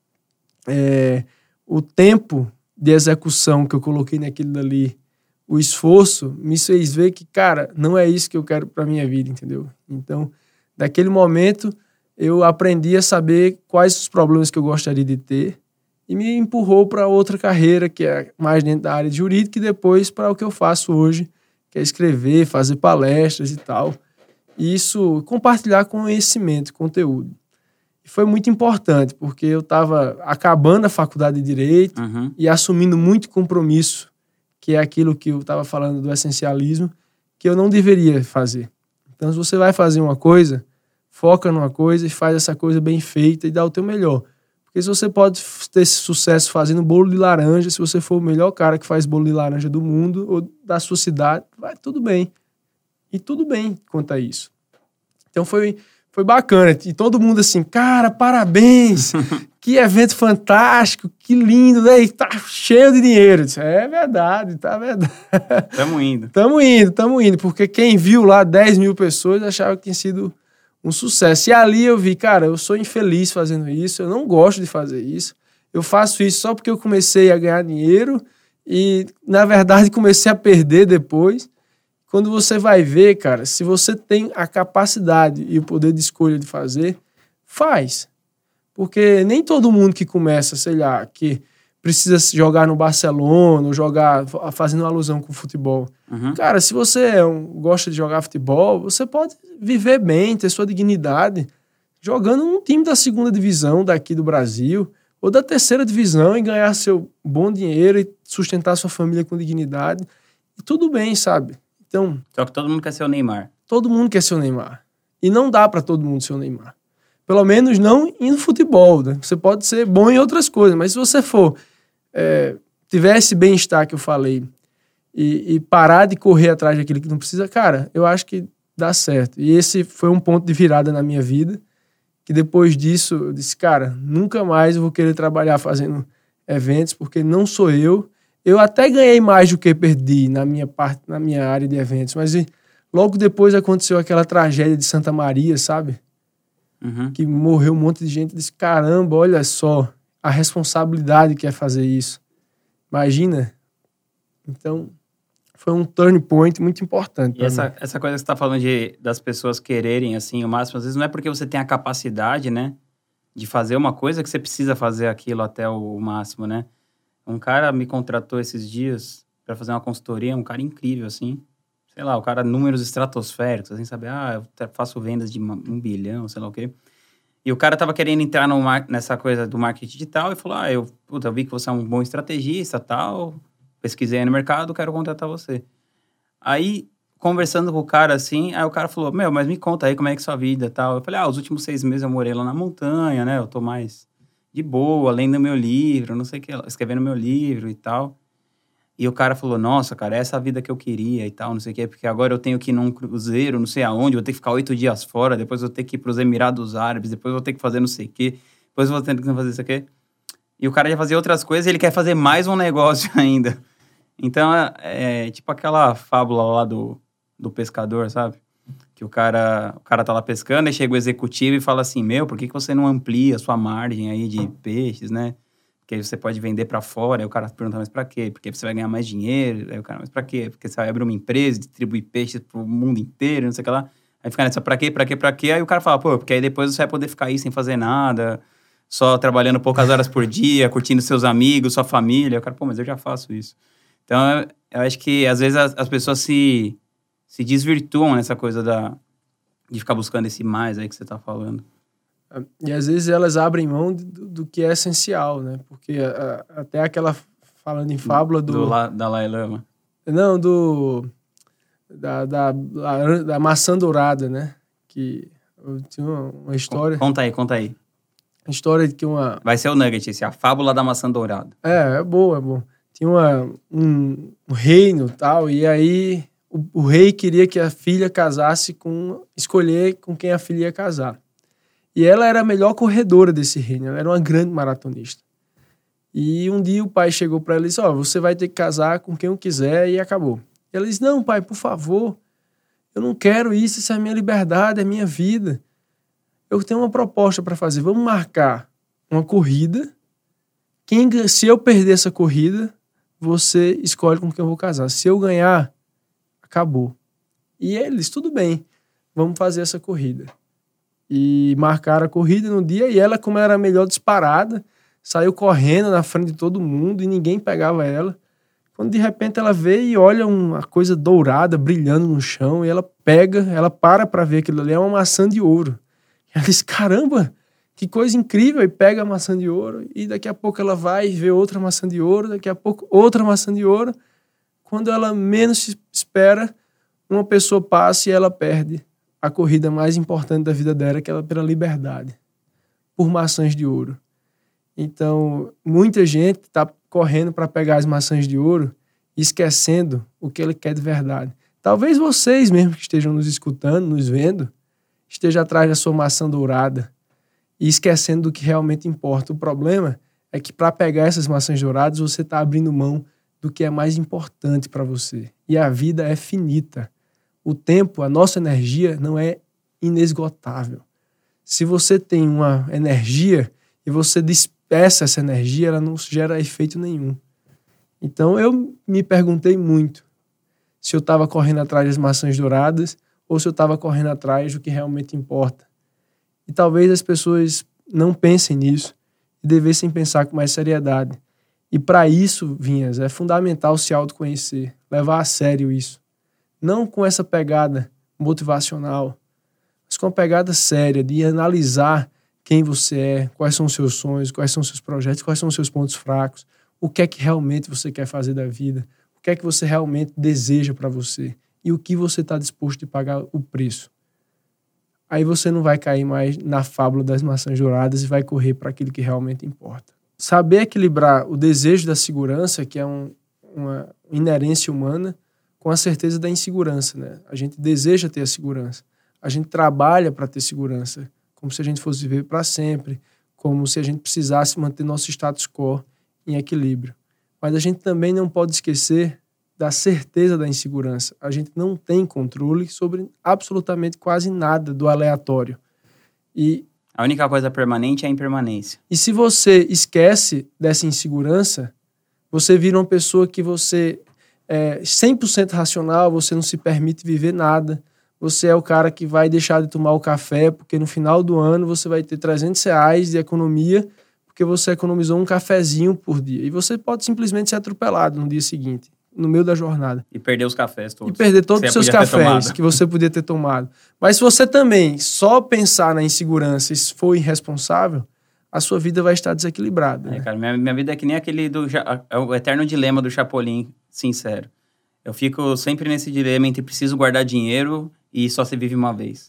é, o tempo de execução que eu coloquei naquilo dali, o esforço, me fez ver que, cara, não é isso que eu quero pra minha vida, entendeu? Então, daquele momento... eu aprendi a saber quais os problemas que eu gostaria de ter e me empurrou para outra carreira, que é mais dentro da área de jurídica, e depois para o que eu faço hoje, que é escrever, fazer palestras e tal. E isso, compartilhar conhecimento, conteúdo. E foi muito importante, porque eu estava acabando a faculdade de Direito uhum. e assumindo muito compromisso, que é aquilo que eu estava falando do essencialismo, que eu não deveria fazer. Então, se você vai fazer uma coisa, foca numa coisa e faz essa coisa bem feita e dá o teu melhor. Porque se você pode ter sucesso fazendo bolo de laranja, se você for o melhor cara que faz bolo de laranja do mundo ou da sua cidade, vai tudo bem. E tudo bem quanto a isso. Então foi, foi bacana. E todo mundo assim, cara, parabéns! Que evento fantástico, que lindo, né? Tá cheio de dinheiro. Eu disse, é verdade, tá verdade. Tamo indo. Tamo indo, tamo indo. Porque quem viu lá dez mil pessoas achava que tinha sido um sucesso. E ali eu vi, cara, eu sou infeliz fazendo isso, eu não gosto de fazer isso. Eu faço isso só porque eu comecei a ganhar dinheiro e, na verdade, comecei a perder depois. Quando você vai ver, cara, se você tem a capacidade e o poder de escolha de fazer, faz. Porque nem todo mundo que começa, sei lá, que precisa jogar no Barcelona ou jogar, fazendo alusão com o futebol. Uhum. Cara, se você é um, gosta de jogar futebol, você pode viver bem, ter sua dignidade, jogando num time da segunda divisão daqui do Brasil, ou da terceira divisão e ganhar seu bom dinheiro e sustentar sua família com dignidade. E tudo bem, sabe? Então, só que todo mundo quer ser o Neymar. Todo mundo quer ser o Neymar. E não dá pra todo mundo ser o Neymar. Pelo menos não no futebol, né? Você pode ser bom em outras coisas, mas se você for é, tiver esse bem-estar que eu falei e, e parar de correr atrás daquilo que não precisa, cara, eu acho que dá certo. E esse foi um ponto de virada na minha vida, que depois disso eu disse, cara, nunca mais eu vou querer trabalhar fazendo eventos, porque não sou eu. Eu até ganhei mais do que perdi na minha parte, na minha área de eventos, mas logo depois aconteceu aquela tragédia de Santa Maria, sabe? Uhum. Que morreu um monte de gente. Eu disse, caramba, olha só a responsabilidade que é fazer isso. Imagina. Então, foi um turning point muito importante. E essa, essa coisa que você está falando de, das pessoas quererem, assim, o máximo, às vezes não é porque você tem a capacidade, né, de fazer uma coisa que você precisa fazer aquilo até o, o máximo, né? Um cara me contratou esses dias para fazer uma consultoria, um cara incrível, assim. Sei lá, o cara, números estratosféricos, assim, sabe? Ah, eu faço vendas de um bilhão, sei lá o quê. E o cara tava querendo entrar no, nessa coisa do marketing digital e falou, ah, eu, puta, eu vi que você é um bom estrategista, tal, pesquisei aí no mercado, quero contratar você. Aí, conversando com o cara, assim, aí o cara falou, meu, mas me conta aí como é que é a sua vida, tal. Eu falei, ah, os últimos seis meses eu morei lá na montanha, né, eu tô mais de boa, lendo meu livro, não sei o que, escrevendo meu livro e tal. E o cara falou, nossa, cara, essa é a vida que eu queria e tal, não sei o quê, porque agora eu tenho que ir num cruzeiro, não sei aonde, vou ter que ficar oito dias fora, depois vou ter que ir pros Emirados Árabes, depois vou ter que fazer não sei o quê, depois vou ter que fazer isso aqui. E o cara já fazia outras coisas e ele quer fazer mais um negócio ainda. Então, é, é tipo aquela fábula lá do, do pescador, sabe? Que o cara, o cara tá lá pescando, aí chega o executivo e fala assim, meu, por que que você não amplia a sua margem aí de peixes, né? Porque aí você pode vender para fora, aí o cara pergunta, mas para quê? Porque você vai ganhar mais dinheiro, aí o cara, mas para quê? Porque você vai abrir uma empresa, distribuir peixes pro mundo inteiro, não sei o que lá. Aí fica nessa, pra quê, pra quê, pra quê? Aí o cara fala, pô, porque aí depois você vai poder ficar aí sem fazer nada, só trabalhando poucas horas por dia, curtindo seus amigos, sua família. O cara, pô, mas eu já faço isso. Então, eu acho que às vezes as, as pessoas se, se desvirtuam nessa coisa da, de ficar buscando esse mais aí que você tá falando. E às vezes elas abrem mão do, do que é essencial, né? Porque a, a, até aquela, falando em fábula do... Do La, Dalai Lama. Não, do... Da, da, da, da maçã dourada, né? Que tinha uma, uma história... Conta aí, conta aí. A história de que uma... Vai ser o nugget, esse, a fábula da maçã dourada. É, é boa, é bom. Tinha uma, um, um reino e tal, e aí o, o rei queria que a filha casasse com... Escolher com quem a filha ia casar. E ela era a melhor corredora desse reino, ela era uma grande maratonista. E um dia o pai chegou para ela e disse, ó, oh, você vai ter que casar com quem eu quiser, e acabou. E ela disse, não, pai, por favor, eu não quero isso, isso é a minha liberdade, é a minha vida. Eu tenho uma proposta para fazer, vamos marcar uma corrida, quem, se eu perder essa corrida, você escolhe com quem eu vou casar. Se eu ganhar, acabou. E ele disse, tudo bem, vamos fazer essa corrida. E marcaram a corrida no dia, e ela, como era a melhor disparada, saiu correndo na frente de todo mundo e ninguém pegava ela. Quando de repente ela vê e olha uma coisa dourada brilhando no chão, e ela pega, ela para pra ver aquilo ali, é uma maçã de ouro. E ela diz, caramba, que coisa incrível, e pega a maçã de ouro, e daqui a pouco ela vai ver outra maçã de ouro, daqui a pouco outra maçã de ouro. Quando ela menos se espera, uma pessoa passa e ela perde a corrida mais importante da vida dela, que é pela liberdade, por maçãs de ouro. Então, muita gente está correndo para pegar as maçãs de ouro e esquecendo o que ele quer de verdade. Talvez vocês mesmo que estejam nos escutando, nos vendo, estejam atrás da sua maçã dourada e esquecendo do que realmente importa. O problema é que para pegar essas maçãs douradas, você está abrindo mão do que é mais importante para você. E a vida é finita. O tempo, a nossa energia não é inesgotável. Se você tem uma energia e você dispersa essa energia, ela não gera efeito nenhum. Então eu me perguntei muito se eu estava correndo atrás das maçãs douradas ou se eu estava correndo atrás do que realmente importa. E talvez as pessoas não pensem nisso e devessem pensar com mais seriedade. E para isso, Vinhas, é fundamental se autoconhecer, levar a sério isso. Não com essa pegada motivacional, mas com a pegada séria de analisar quem você é, quais são os seus sonhos, quais são os seus projetos, quais são os seus pontos fracos, o que é que realmente você quer fazer da vida, o que é que você realmente deseja para você e o que você está disposto a pagar o preço. Aí você não vai cair mais na fábula das maçãs douradas e vai correr para aquilo que realmente importa. Saber equilibrar o desejo da segurança, que é um, uma inerência humana, com a certeza da insegurança, né? A gente deseja ter a segurança. A gente trabalha para ter segurança, como se a gente fosse viver para sempre, como se a gente precisasse manter nosso status quo em equilíbrio. Mas a gente também não pode esquecer da certeza da insegurança. A gente não tem controle sobre absolutamente quase nada do aleatório. E a única coisa permanente é a impermanência. E se você esquece dessa insegurança, você vira uma pessoa que você é cem por cento racional, você não se permite viver nada, você é o cara que vai deixar de tomar o café, porque no final do ano você vai ter trezentos reais de economia, porque você economizou um cafezinho por dia. E você pode simplesmente ser atropelado no dia seguinte, no meio da jornada. E perder os cafés todos. E perder todos os seus cafés que você podia ter tomado. Mas se você também só pensar na insegurança e for irresponsável, a sua vida vai estar desequilibrada. É, né? cara, minha, minha vida é que nem aquele do... É o eterno dilema do Chapolin, sincero. Eu fico sempre nesse dilema entre preciso guardar dinheiro e só se vive uma vez.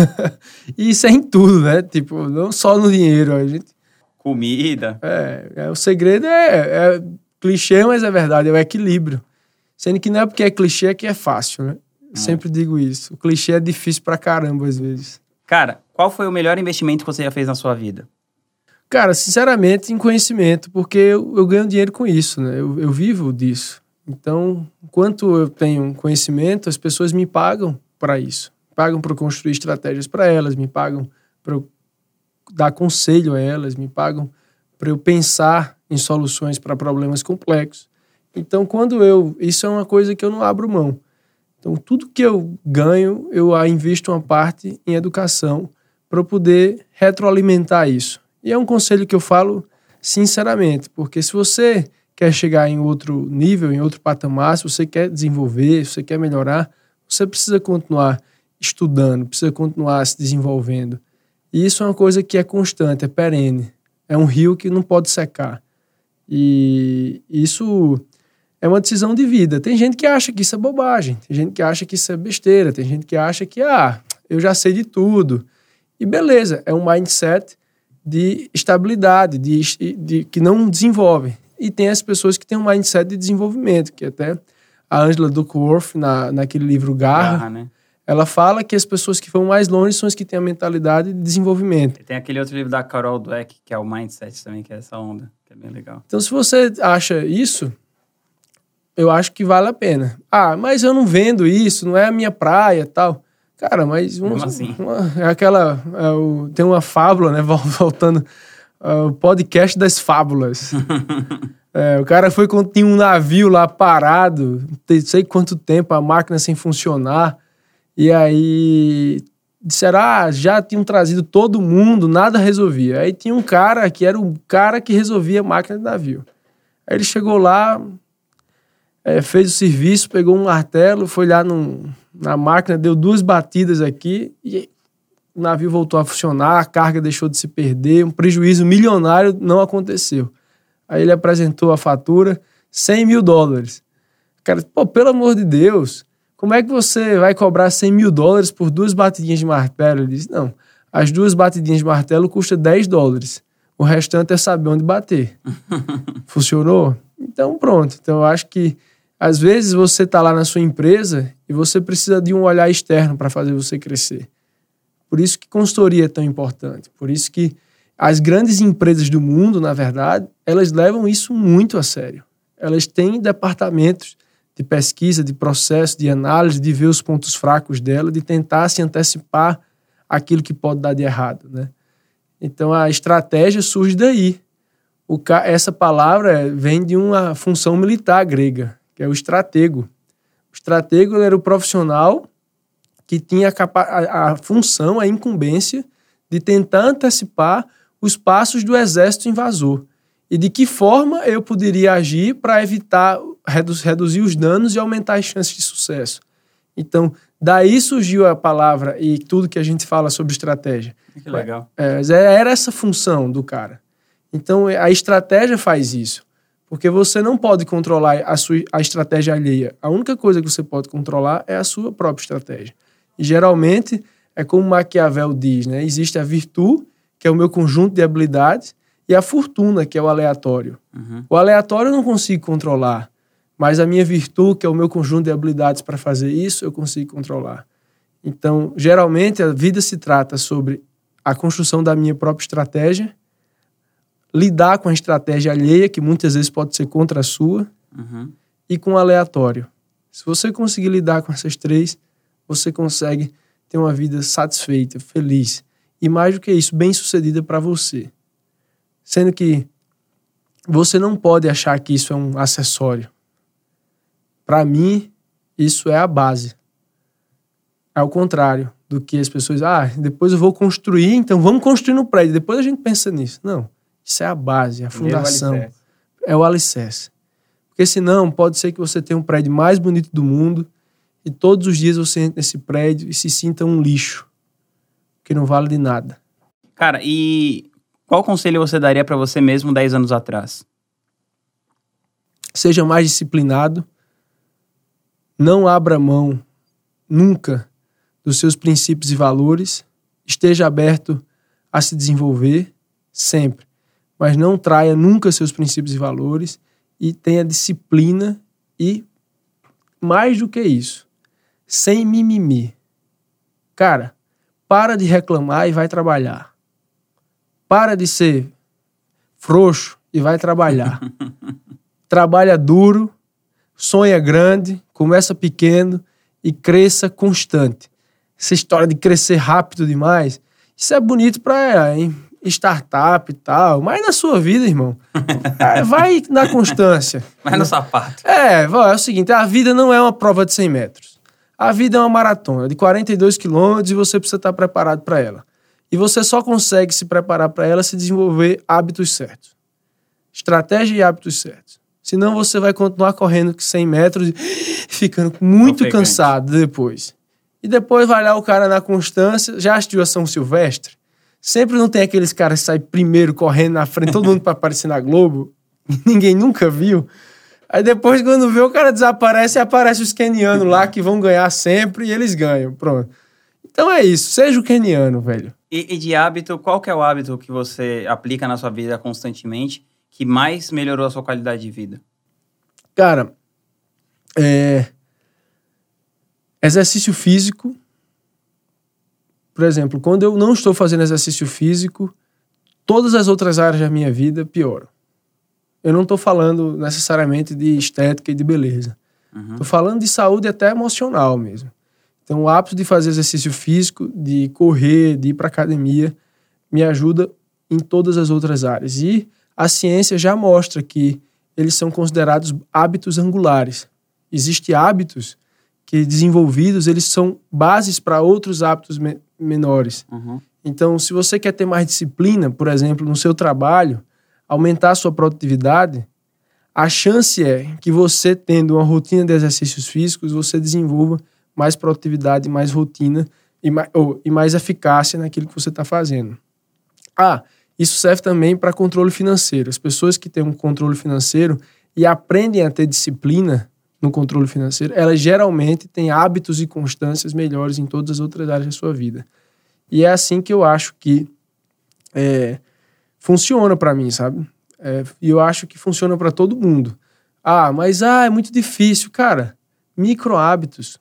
E isso é em tudo, né? Tipo, não só no dinheiro. A gente... Comida. É, é, o segredo é, é clichê, mas é verdade, é o equilíbrio. Sendo que não é porque é clichê é que é fácil, né? Hum. Sempre digo isso. O clichê é difícil pra caramba, às vezes. Cara, qual foi o melhor investimento que você já fez na sua vida? Cara, sinceramente, em conhecimento, porque eu, eu ganho dinheiro com isso, né? Eu, eu vivo disso. Então, enquanto eu tenho conhecimento, as pessoas me pagam para isso. Pagam para eu construir estratégias para elas, me pagam para eu dar conselho a elas, me pagam para eu pensar em soluções para problemas complexos. Então, quando eu... Isso é uma coisa que eu não abro mão. Então, tudo que eu ganho, eu invisto uma parte em educação para eu poder retroalimentar isso. E é um conselho que eu falo sinceramente, porque se você quer chegar em outro nível, em outro patamar, se você quer desenvolver, se você quer melhorar, você precisa continuar estudando, precisa continuar se desenvolvendo. E isso é uma coisa que é constante, é perene. É um rio que não pode secar. E isso é uma decisão de vida. Tem gente que acha que isso é bobagem, tem gente que acha que isso é besteira, tem gente que acha que, ah, eu já sei de tudo. E beleza, é um mindset de estabilidade, de, de, que não desenvolve. E tem as pessoas que têm um mindset de desenvolvimento, que até a Angela Duckworth, na, naquele livro Garra, Garra, né? Ela fala que as pessoas que vão mais longe são as que têm a mentalidade de desenvolvimento. E tem aquele outro livro da Carol Dweck, que é o Mindset também, que é essa onda, que é bem legal. Então, se você acha isso, eu acho que vale a pena. Ah, mas eu não vendo isso, não é a minha praia e tal. Cara, mas... Vamos, assim? Uma, é aquela... É o, tem uma fábula, né? Voltando... É o podcast das fábulas. É, o cara foi quando tinha um navio lá parado, não sei quanto tempo, a máquina sem funcionar. E aí disseram, ah, já tinham trazido todo mundo, nada resolvia. Aí tinha um cara que era o cara que resolvia a máquina do navio. Aí ele chegou lá, é, fez o serviço, pegou um martelo, foi lá num, na máquina, deu duas batidas aqui e o navio voltou a funcionar, a carga deixou de se perder, um prejuízo milionário não aconteceu. Aí ele apresentou a fatura, cem mil dólares. Cara, pô, pelo amor de Deus, como é que você vai cobrar cem mil dólares por duas batidinhas de martelo? Ele disse, não, as duas batidinhas de martelo custam dez dólares. O restante é saber onde bater. Funcionou? Então, pronto. Então, eu acho que, às vezes, você está lá na sua empresa e você precisa de um olhar externo para fazer você crescer. Por isso que consultoria é tão importante. Por isso que as grandes empresas do mundo, na verdade, elas levam isso muito a sério. Elas têm departamentos de pesquisa, de processo, de análise, de ver os pontos fracos dela, de tentar se antecipar aquilo que pode dar de errado, né? Então, a estratégia surge daí. O ca... Essa palavra vem de uma função militar grega, que é o estratego. O estratego era o profissional que tinha a, capa... a função, a incumbência de tentar antecipar os passos do exército invasor. E de que forma eu poderia agir para evitar, reduzir os danos e aumentar as chances de sucesso. Então, daí surgiu a palavra e tudo que a gente fala sobre estratégia. Que legal. É, era essa função do cara. Então, a estratégia faz isso. Porque você não pode controlar a, sua, a estratégia alheia. A única coisa que você pode controlar é a sua própria estratégia. E, geralmente, é como Maquiavel diz, né? Existe a virtude, que é o meu conjunto de habilidades, e a fortuna, que é o aleatório. Uhum. O aleatório eu não consigo controlar, mas a minha virtude, que é o meu conjunto de habilidades para fazer isso, eu consigo controlar. Então, geralmente, a vida se trata sobre a construção da minha própria estratégia, lidar com a estratégia alheia, que muitas vezes pode ser contra a sua, uhum. e com o aleatório. Se você conseguir lidar com essas três, você consegue ter uma vida satisfeita, feliz, e mais do que isso, bem-sucedida para você. Sendo que você não pode achar que isso é um acessório. Para mim, isso é a base. É o contrário do que as pessoas... Ah, depois eu vou construir, então vamos construir no prédio. Depois a gente pensa nisso. Não, isso é a base, a fundação. É o alicerce. É o alicerce. Porque senão pode ser que você tenha um prédio mais bonito do mundo e todos os dias você entra nesse prédio e se sinta um lixo, que não vale de nada. Cara, e... qual conselho você daria para você mesmo dez anos atrás? Seja mais disciplinado. Não abra mão nunca dos seus princípios e valores. Esteja aberto a se desenvolver sempre. Mas não traia nunca seus princípios e valores. E tenha disciplina e, mais do que isso, sem mimimi. Cara, para de reclamar e vai trabalhar. Para de ser frouxo e vai trabalhar. Trabalha duro, sonha grande, começa pequeno e cresça constante. Essa história de crescer rápido demais, isso é bonito para startup e tal, mas na sua vida, irmão, vai na constância. Vai no sapato. É, é o seguinte, a vida não é uma prova de cem metros. A vida é uma maratona de quarenta e dois quilômetros e você precisa estar preparado para ela. E você só consegue se preparar para ela se desenvolver hábitos certos. Estratégia e hábitos certos. Senão você vai continuar correndo cem metros e ficando muito Ofegante. cansado depois. E depois vai lá o cara na constância. Já assistiu a São Silvestre? Sempre não tem aqueles caras que saem primeiro correndo na frente, todo mundo para aparecer na Globo. Ninguém nunca viu. Aí depois, quando vê, o cara desaparece e aparece os quenianos lá que vão ganhar sempre e eles ganham. Pronto. Então é isso. Seja o queniano, velho. E, e de hábito, qual que é o hábito que você aplica na sua vida constantemente que mais melhorou a sua qualidade de vida? Cara, é... exercício físico. Por exemplo, quando eu não estou fazendo exercício físico, todas as outras áreas da minha vida pioram. Eu não estou falando necessariamente de estética e de beleza. Estou uhum. falando de saúde até emocional mesmo. Então, o hábito de fazer exercício físico, de correr, de ir para academia, me ajuda em todas as outras áreas. E a ciência já mostra que eles são considerados hábitos angulares. Existem hábitos que, desenvolvidos, eles são bases para outros hábitos me- menores. Uhum. Então, se você quer ter mais disciplina, por exemplo, no seu trabalho, aumentar a sua produtividade, a chance é que você, tendo uma rotina de exercícios físicos, você desenvolva mais produtividade, mais rotina e mais, ou, e mais eficácia naquilo que você está fazendo. Ah, isso serve também para controle financeiro. As pessoas que têm um controle financeiro e aprendem a ter disciplina no controle financeiro, ela geralmente tem hábitos e constâncias melhores em todas as outras áreas da sua vida. E é assim que eu acho que é, funciona para mim, sabe? É, e eu acho que funciona para todo mundo. Ah, mas ah, é muito difícil. Cara, micro hábitos.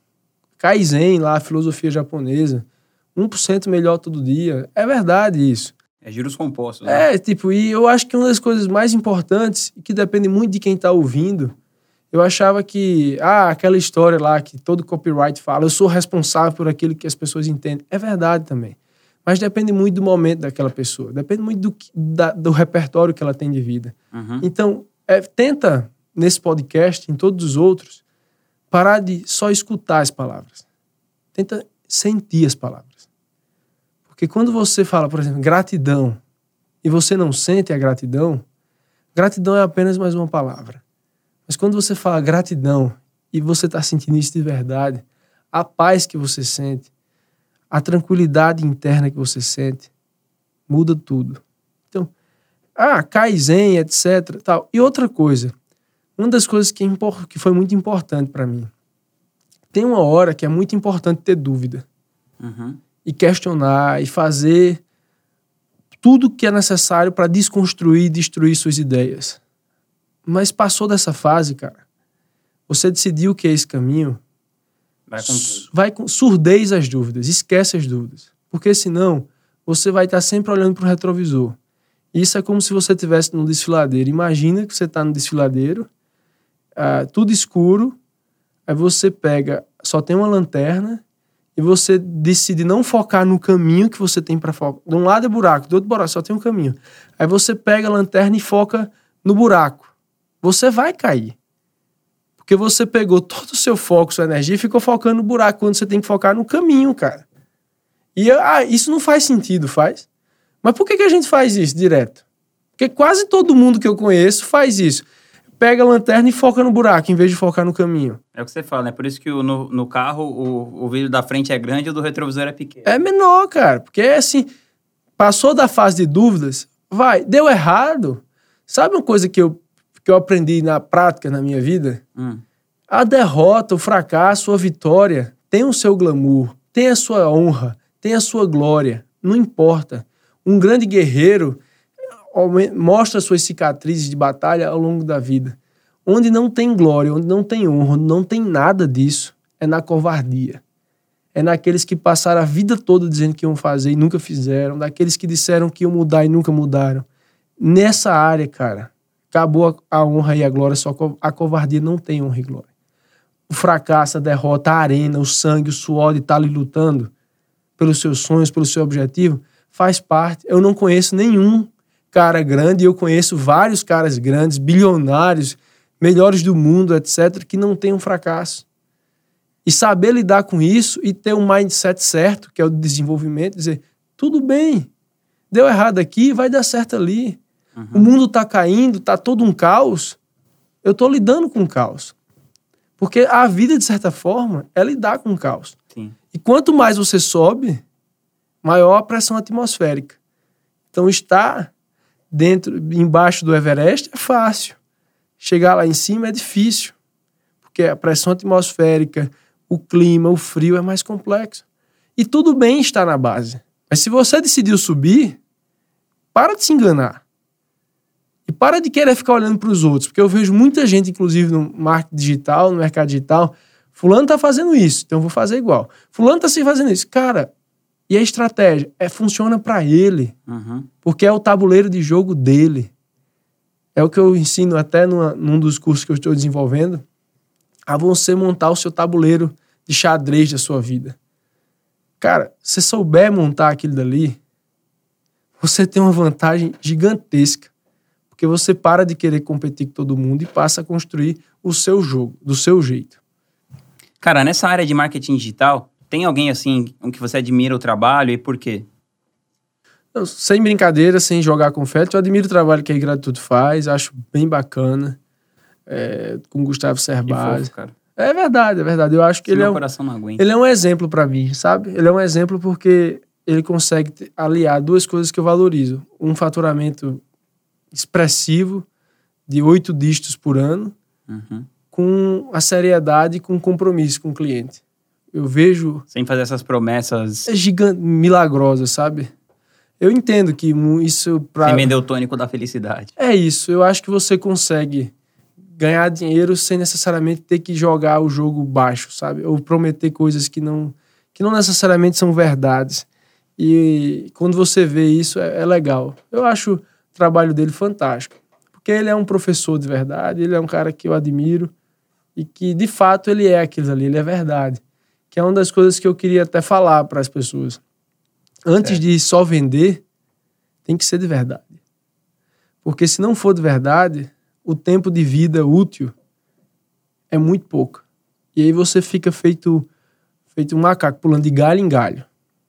Kaizen lá, a filosofia japonesa. um por cento melhor todo dia. É verdade isso. É juros compostos, né? É, tipo, e eu acho que uma das coisas mais importantes, e que depende muito de quem tá ouvindo, eu achava que, ah, aquela história lá que todo copyright fala, eu sou responsável por aquilo que as pessoas entendem. É verdade também. Mas depende muito do momento daquela pessoa. Depende muito do, da, do repertório que ela tem de vida. Uhum. Então, é, tenta, nesse podcast, em todos os outros, parar de só escutar as palavras. Tenta sentir as palavras. Porque quando você fala, por exemplo, gratidão, e você não sente a gratidão, gratidão é apenas mais uma palavra. Mas quando você fala gratidão e você está sentindo isso de verdade, a paz que você sente, a tranquilidade interna que você sente, muda tudo. Então, ah, Kaizen, etcétera. Tal. E outra coisa, uma das coisas que, é impor- que foi muito importante para mim, tem uma hora que é muito importante ter dúvida. Uhum. E questionar, e fazer tudo que é necessário para desconstruir e destruir suas ideias. Mas passou dessa fase, cara. Você decidiu que é esse caminho. Vai com tudo. Vai com surdez as dúvidas, esquece as dúvidas. Porque senão, você vai estar sempre olhando para o retrovisor. Isso é como se você estivesse num desfiladeiro. Imagina que você está no desfiladeiro, ah, tudo escuro, aí você pega, só tem uma lanterna, e você decide não focar no caminho que você tem para focar. De um lado é buraco, do outro buraco, só tem um caminho. Aí você pega a lanterna e foca no buraco. Você vai cair. Porque você pegou todo o seu foco, sua energia e ficou focando no buraco, quando você tem que focar no caminho, cara. E ah, isso não faz sentido, faz? Mas por que, que a gente faz isso direto? Porque quase todo mundo que eu conheço faz isso. Pega a lanterna e foca no buraco, em vez de focar no caminho. É o que você fala, né? Por isso que o, no, no carro o, o vidro da frente é grande e o do retrovisor é pequeno. É menor, cara. Porque é assim, passou da fase de dúvidas, vai, deu errado. Sabe uma coisa que eu, que eu aprendi na prática, na minha vida? Hum. A derrota, o fracasso, a vitória tem o seu glamour, tem a sua honra, tem a sua glória. Não importa. Um grande guerreiro mostra suas cicatrizes de batalha ao longo da vida. Onde não tem glória, onde não tem honra, onde não tem nada disso, é na covardia. É naqueles que passaram a vida toda dizendo que iam fazer e nunca fizeram, daqueles que disseram que iam mudar e nunca mudaram. Nessa área, cara, acabou a honra e a glória, só a covardia não tem honra e glória. O fracasso, a derrota, a arena, o sangue, o suor de estar ali lutando pelos seus sonhos, pelo seu objetivo, faz parte. Eu não conheço nenhum cara grande, eu conheço vários caras grandes, bilionários, melhores do mundo, etcétera, que não tem um fracasso. E saber lidar com isso e ter um mindset certo, que é o desenvolvimento, dizer, tudo bem, deu errado aqui, vai dar certo ali. Uhum. O mundo tá caindo, tá todo um caos, eu tô lidando com o caos. Porque a vida, de certa forma, é lidar com o caos. Sim. E quanto mais você sobe, maior a pressão atmosférica. Então, estar dentro, embaixo do Everest é fácil. Chegar lá em cima é difícil. Porque a pressão atmosférica, o clima, o frio é mais complexo. E tudo bem estar na base. Mas se você decidiu subir, para de se enganar. E para de querer ficar olhando para os outros. Porque eu vejo muita gente, inclusive no marketing digital, no mercado digital, fulano tá fazendo isso, então eu vou fazer igual. Fulano tá se fazendo isso. Cara, e a estratégia? É, funciona para ele. Uhum. Porque é o tabuleiro de jogo dele. É o que eu ensino até numa, num dos cursos que eu estou desenvolvendo, a você montar o seu tabuleiro de xadrez da sua vida. Cara, se souber montar aquilo dali, você tem uma vantagem gigantesca. Porque você para de querer competir com todo mundo e passa a construir o seu jogo, do seu jeito. Cara, nessa área de marketing digital, tem alguém assim, um que você admira o trabalho e por quê? Não, sem brincadeira, sem jogar confete, eu admiro o trabalho que a Ingratitude faz, acho bem bacana, é, com o Gustavo Cerbasi. Fofo, cara. É verdade, é verdade. Eu acho que ele é, um, coração não aguenta. ele é um exemplo pra mim, sabe? Ele é um exemplo porque ele consegue aliar duas coisas que eu valorizo. Um faturamento expressivo de oito dígitos por ano uhum. com a seriedade e com o compromisso com o cliente. Eu vejo... Sem fazer essas promessas... É gigante, milagrosas, sabe? Eu entendo que isso... Pra... Sem vender o tônico da felicidade. É isso. Eu acho que você consegue ganhar dinheiro sem necessariamente ter que jogar o jogo baixo, sabe? Ou prometer coisas que não, que não necessariamente são verdades. E quando você vê isso, é, é legal. Eu acho o trabalho dele fantástico. Porque ele é um professor de verdade, ele é um cara que eu admiro e que, de fato, ele é aquilo ali, ele é verdade. Que é uma das coisas que eu queria até falar para as pessoas. Antes é. de só vender, tem que ser de verdade. Porque se não for de verdade, o tempo de vida útil é muito pouco. E aí você fica feito, feito um macaco, pulando de galho em galho.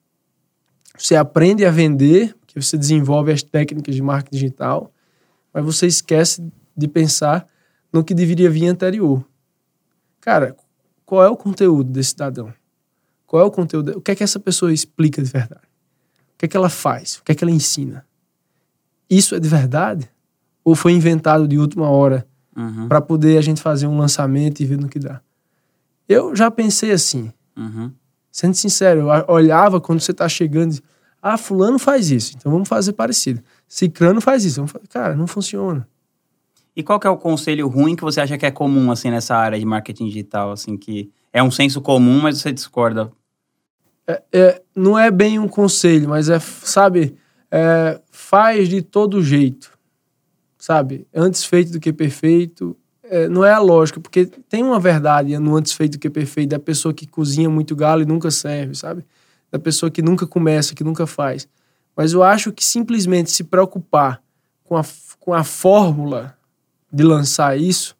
Você aprende a vender, que você desenvolve as técnicas de marketing digital, mas você esquece de pensar no que deveria vir anterior. Cara, qual é o conteúdo desse cidadão? Qual é o conteúdo? O que é que essa pessoa explica de verdade? O que é que ela faz? O que é que ela ensina? Isso é de verdade? Ou foi inventado de última hora uhum. para poder a gente fazer um lançamento e ver no que dá? Eu já pensei assim. Uhum. Sendo sincero, eu olhava quando você tá chegando e ah, fulano faz isso, então vamos fazer parecido. Cicrano faz isso. Vamos fazer... Cara, não funciona. E qual que é o conselho ruim que você acha que é comum, assim, nessa área de marketing digital, assim, que é um senso comum, mas você discorda? É, é, não é bem um conselho, mas é, sabe, é, faz de todo jeito, sabe? Antes feito do que perfeito. É, não é a lógica, porque tem uma verdade no antes feito do que perfeito, da pessoa que cozinha muito galo e nunca serve, sabe? Da pessoa que nunca começa, que nunca faz. Mas eu acho que simplesmente se preocupar com a, com a fórmula de lançar isso,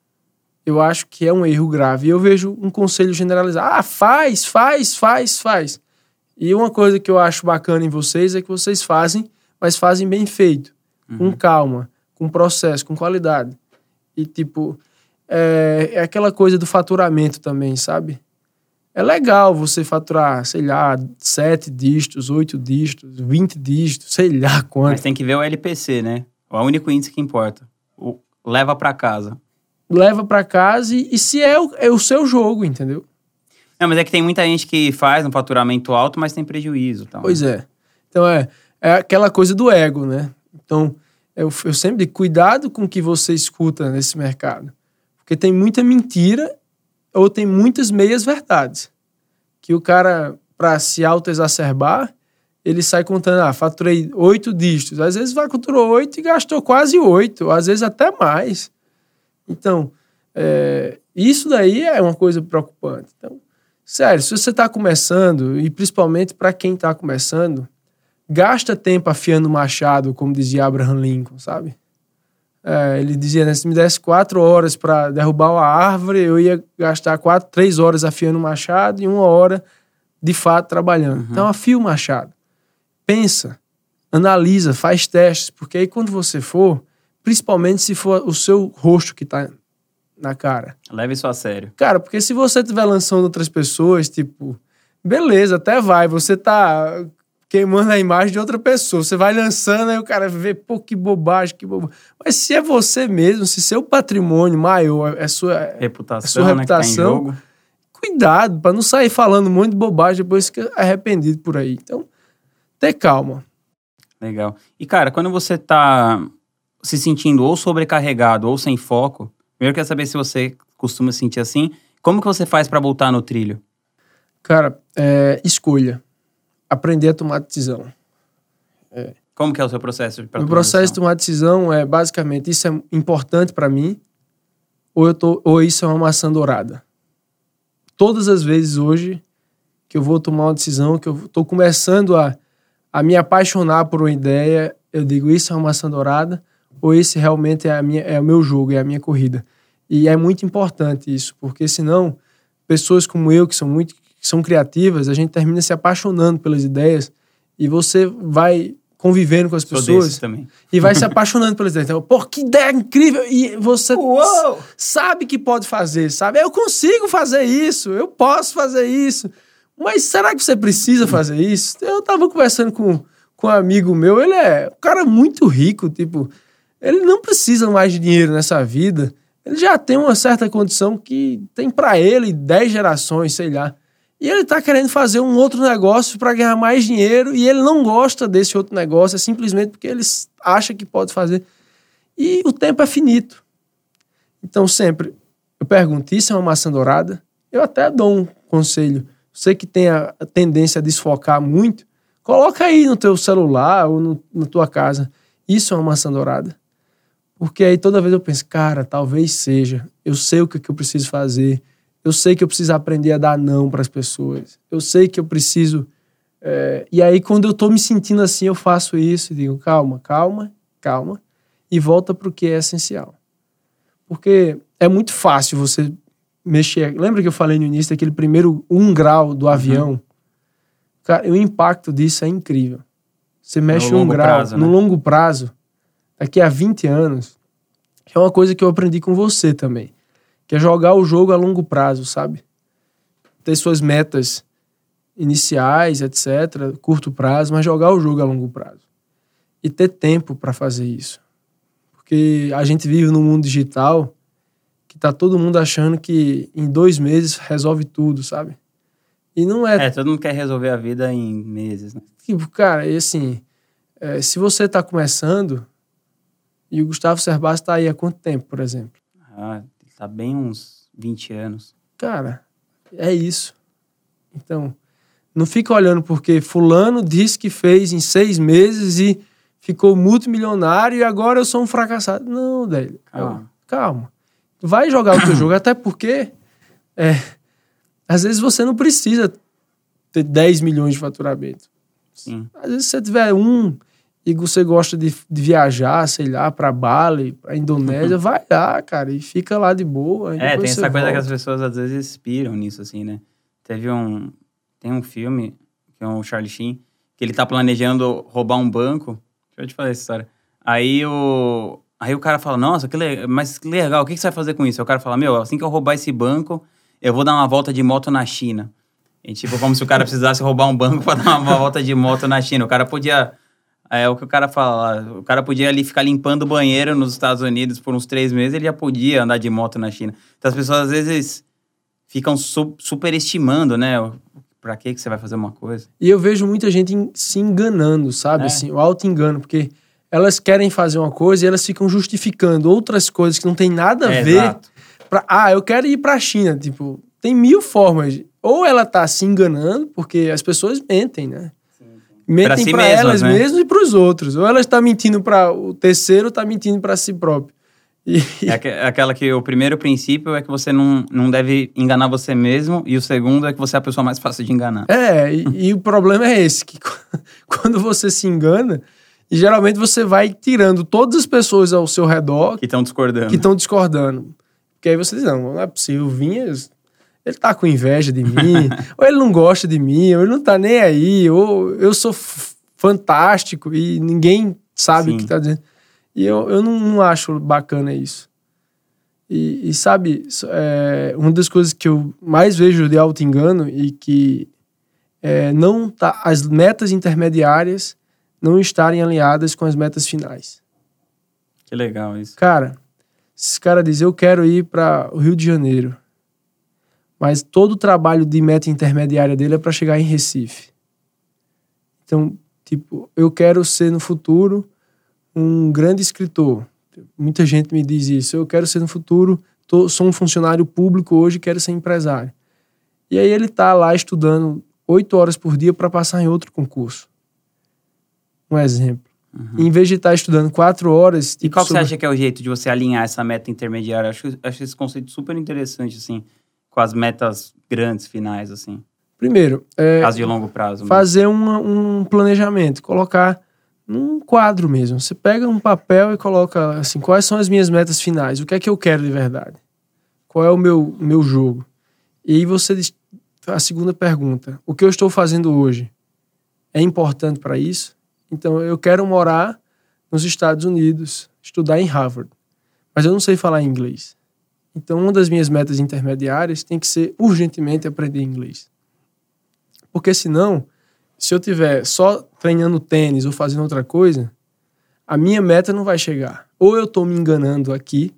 eu acho que é um erro grave. E eu vejo um conselho generalizado. Ah, faz, faz, faz, faz. E uma coisa que eu acho bacana em vocês é que vocês fazem, mas fazem bem feito. Uhum. Com calma, com processo, com qualidade. E, tipo, é, é aquela coisa do faturamento também, sabe? É legal você faturar, sei lá, sete dígitos, oito dígitos, vinte dígitos, sei lá quanto. Mas tem que ver o L P C, né? É o único índice que importa. O leva pra casa. Leva pra casa e, e se é o, é o seu jogo, entendeu? Não, mas é que tem muita gente que faz um faturamento alto, mas tem prejuízo. Então, pois é. Então é, é aquela coisa do ego, né? Então, eu, eu sempre digo, cuidado com o que você escuta nesse mercado. Porque tem muita mentira ou tem muitas meias-verdades. Que o cara, pra se auto-exacerbar, ele sai contando, ah, faturei oito dígitos. Às vezes faturou oito e gastou quase oito, às vezes até mais. Então, é, isso daí é uma coisa preocupante. Então, sério, se você está começando, e principalmente para quem está começando, gasta tempo afiando o machado, como dizia Abraham Lincoln, sabe? É, ele dizia, né, se me desse quatro horas para derrubar uma árvore, eu ia gastar quatro, três horas afiando o machado e uma hora, de fato, trabalhando. Uhum. Então, afia o machado. Pensa, analisa, faz testes, porque aí quando você for, principalmente se for o seu rosto que tá na cara. Leve isso a sério. Cara, porque se você estiver lançando outras pessoas, tipo, beleza, até vai, você tá queimando a imagem de outra pessoa, você vai lançando, aí o cara vê, pô, que bobagem, que bobagem. Mas se é você mesmo, se seu patrimônio maior, é sua reputação, é sua reputação, né, que tá em jogo. Cuidado, pra não sair falando um monte de bobagem, depois fica arrependido por aí. Então, ter calma. Legal. E, cara, quando você tá se sentindo ou sobrecarregado ou sem foco, primeiro eu quero saber se você costuma se sentir assim, como que você faz pra voltar no trilho? Cara, é, escolha. Aprender a tomar decisão. É. Como que é o seu processo? O processo de tomar decisão é, basicamente, isso é importante pra mim, ou, eu tô, ou isso é uma maçã dourada. Todas as vezes hoje que eu vou tomar uma decisão, que eu tô começando a, a me apaixonar por uma ideia, eu digo, isso é uma maçã dourada, ou esse realmente é, a minha, é o meu jogo, é a minha corrida. E é muito importante isso, porque senão, pessoas como eu, que são muito que são criativas, a gente termina se apaixonando pelas ideias e você vai convivendo com as Sou pessoas desse também. E vai se apaixonando pelas ideias. Então, pô, que ideia incrível! E você Uou! sabe que pode fazer, sabe? Eu consigo fazer isso, eu posso fazer isso. Mas será que você precisa fazer isso? Eu tava conversando com, com um amigo meu, ele é um cara muito rico, tipo, ele não precisa mais de dinheiro nessa vida, Ele já tem uma certa condição que tem para ele dez gerações, sei lá. E ele tá querendo fazer um outro negócio para ganhar mais dinheiro e ele não gosta desse outro negócio, é simplesmente porque ele acha que pode fazer. E o tempo é finito. Então, sempre, eu pergunto, isso é uma maçã dourada? Eu até dou um conselho. Você que tem a tendência a desfocar muito, coloca aí no teu celular ou no, na tua casa. Isso é uma maçã dourada? Porque aí toda vez eu penso, cara, talvez seja. Eu sei o que, que eu preciso fazer. Eu sei que eu preciso aprender a dar não para as pessoas. Eu sei que eu preciso... É... E aí, quando eu tô me sentindo assim, eu faço isso e digo, calma, calma, calma. E volta para o que é essencial. Porque é muito fácil você mexer... Lembra que eu falei no início daquele primeiro um grau do avião? Uhum. Cara, o impacto disso é incrível. Você mexe no um grau, prazo, no né? longo prazo, daqui a vinte anos, que é uma coisa que eu aprendi com você também, que é jogar o jogo a longo prazo, sabe? Ter suas metas iniciais, etcétera, curto prazo, mas jogar o jogo a longo prazo. E ter tempo para fazer isso. Porque a gente vive num mundo digital que tá todo mundo achando que em dois meses resolve tudo, sabe? E não é... É, todo mundo quer resolver a vida em meses, né? Tipo, cara, e assim, é, se você tá começando, e o Gustavo Cerbasi tá aí há quanto tempo, por exemplo? Ah, tá bem uns vinte anos. Cara, é isso. Então, não fica olhando porque fulano disse que fez em seis meses e ficou multimilionário e agora eu sou um fracassado. Não, Délio. Calma. Calma. Vai jogar o teu jogo, até porque é, às vezes você não precisa ter dez milhões de faturamento. Sim. Às vezes você tiver um e você gosta de, de viajar, sei lá, pra Bali, pra Indonésia, vai lá, cara, e fica lá de boa. É, tem essa volta. coisa que as pessoas às vezes inspiram nisso, assim, né? Teve um... Tem um filme, que é o Charlie Sheen, que ele tá planejando roubar um banco. Deixa eu te falar essa história. Aí o... Aí o cara fala, nossa, que le... mas que legal, o que você vai fazer com isso? Aí o cara fala, meu, assim que eu roubar esse banco, eu vou dar uma volta de moto na China. E tipo, como se o cara precisasse roubar um banco pra dar uma volta de moto na China. O cara podia... É o que o cara fala, o cara podia ali ficar limpando o banheiro nos Estados Unidos por uns três meses, ele já podia andar de moto na China. Então as pessoas às vezes ficam su- superestimando, né? Pra que que você vai fazer uma coisa? E eu vejo muita gente se enganando, sabe? É. Assim, o auto-engano, porque elas querem fazer uma coisa e elas ficam justificando outras coisas que não tem nada a É, ver. exato. Pra, ah, eu quero ir pra China. Tipo, tem mil formas. Ou ela tá se enganando, porque as pessoas mentem, né? Mentem Pra si pra mesmas, elas né? mesmas e pros outros. Ou ela está mentindo para o terceiro ou está mentindo para si próprio. E... É aqu- é aquela que o primeiro princípio é que você não, não deve enganar você mesmo, e o segundo é que você é a pessoa mais fácil de enganar. É, e, e o problema é esse, que quando você se engana, e geralmente você vai tirando todas as pessoas ao seu redor Que estão discordando. que estão discordando. Porque aí você diz, não, não é possível, o Vinhas, ele tá com inveja de mim, ou ele não gosta de mim, ou ele não tá nem aí, ou eu sou f- fantástico e ninguém sabe Sim. o que tá dizendo. E eu, eu não, não acho bacana isso. E, e sabe, é, uma das coisas que eu mais vejo de auto-engano e que é, não tá, as metas intermediárias não estarem alinhadas com as metas finais. Que legal isso. Cara, esse cara diz, eu quero ir para o Rio de Janeiro. Mas todo o trabalho de meta intermediária dele é para chegar em Recife. Então, tipo, eu quero ser no futuro um grande escritor. Muita gente me diz isso. Eu quero ser no futuro, tô, sou um funcionário público hoje e quero ser empresário. E aí ele tá lá estudando oito horas por dia para passar em outro concurso. Um exemplo. Uhum. Em vez de estar estudando quatro horas... E tipo, qual que sobre... você acha que é o jeito de você alinhar essa meta intermediária? Eu acho, acho esse conceito super interessante, assim, com as metas grandes, finais, assim. Primeiro, é, Caso de longo prazo. fazer uma, um planejamento, colocar num quadro mesmo. Você pega um papel e coloca assim, quais são as minhas metas finais? O que é que eu quero de verdade? Qual é o meu, meu jogo? E aí você diz, a segunda pergunta, o que eu estou fazendo hoje é importante para isso? Então, eu quero morar nos Estados Unidos, estudar em Harvard, mas eu não sei falar inglês. Então, uma das minhas metas intermediárias tem que ser urgentemente aprender inglês. Porque senão, se eu tiver só treinando tênis ou fazendo outra coisa, a minha meta não vai chegar. Ou eu estou me enganando aqui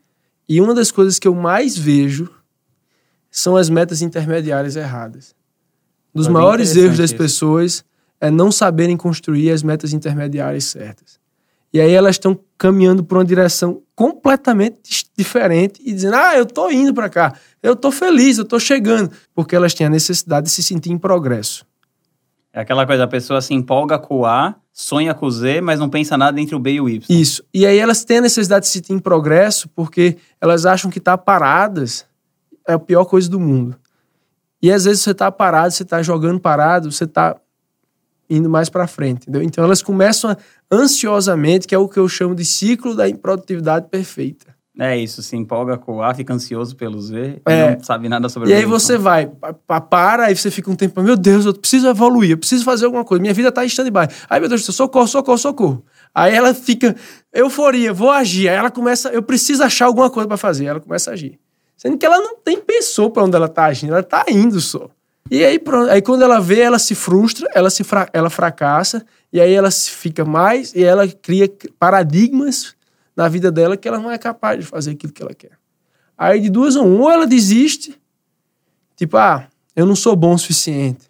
E uma das coisas que eu mais vejo são as metas intermediárias erradas. Um dos maiores erros das pessoas é não saberem construir as metas intermediárias certas. E aí elas estão caminhando por uma direção completamente diferente e dizendo, ah, eu tô indo para cá, eu tô feliz, eu tô chegando. Porque elas têm a necessidade de se sentir em progresso. É aquela coisa, a pessoa se empolga com o A, sonha com o Z, mas não pensa nada entre o B e o Y. Isso. E aí elas têm a necessidade de se sentir em progresso porque elas acham que estar paradas é a pior coisa do mundo. E às vezes você tá parado, você tá jogando parado, você tá indo mais para frente, entendeu? Então elas começam a, ansiosamente, que é o que eu chamo de ciclo da improdutividade perfeita. É isso, se empolga com o A, fica ansioso pelo Z, é. e não sabe nada sobre o E aí você vai, para, aí você fica um tempo, meu Deus, eu preciso evoluir, eu preciso fazer alguma coisa, minha vida tá em stand-by. Aí, meu Deus, socorro, socorro, socorro. Aí ela fica, euforia, vou agir. Aí ela começa, eu preciso achar alguma coisa para fazer. Aí ela começa a agir. Sendo que ela não tem pensou para onde ela tá agindo, ela tá indo só. E aí, pronto, aí quando ela vê, ela se frustra, ela, se fra- ela fracassa, e aí ela fica mais, e ela cria paradigmas na vida dela que ela não é capaz de fazer aquilo que ela quer. Aí de duas a um, ou ela desiste, tipo, ah, eu não sou bom o suficiente.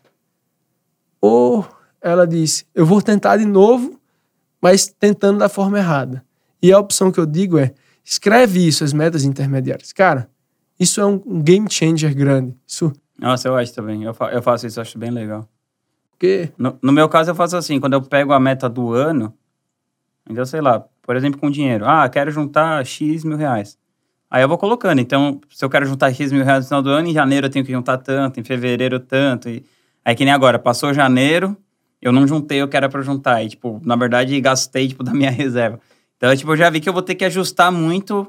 Ou ela diz, eu vou tentar de novo, mas tentando da forma errada. E a opção que eu digo é, escreve isso, as metas intermediárias. Cara, isso é um game changer grande. Isso... Nossa, eu acho também. Eu, fa- eu faço isso, eu acho bem legal. Porque... No, no meu caso, eu faço assim, quando eu pego a meta do ano, então, sei lá, por exemplo, com dinheiro. Ah, quero juntar X mil reais. Aí eu vou colocando. Então, se eu quero juntar X mil reais no final do ano, em janeiro eu tenho que juntar tanto, em fevereiro tanto. E... Aí que nem agora, passou janeiro, eu não juntei o que era pra juntar. E, tipo, na verdade, gastei, tipo, da minha reserva. Então, tipo, eu já vi que eu vou ter que ajustar muito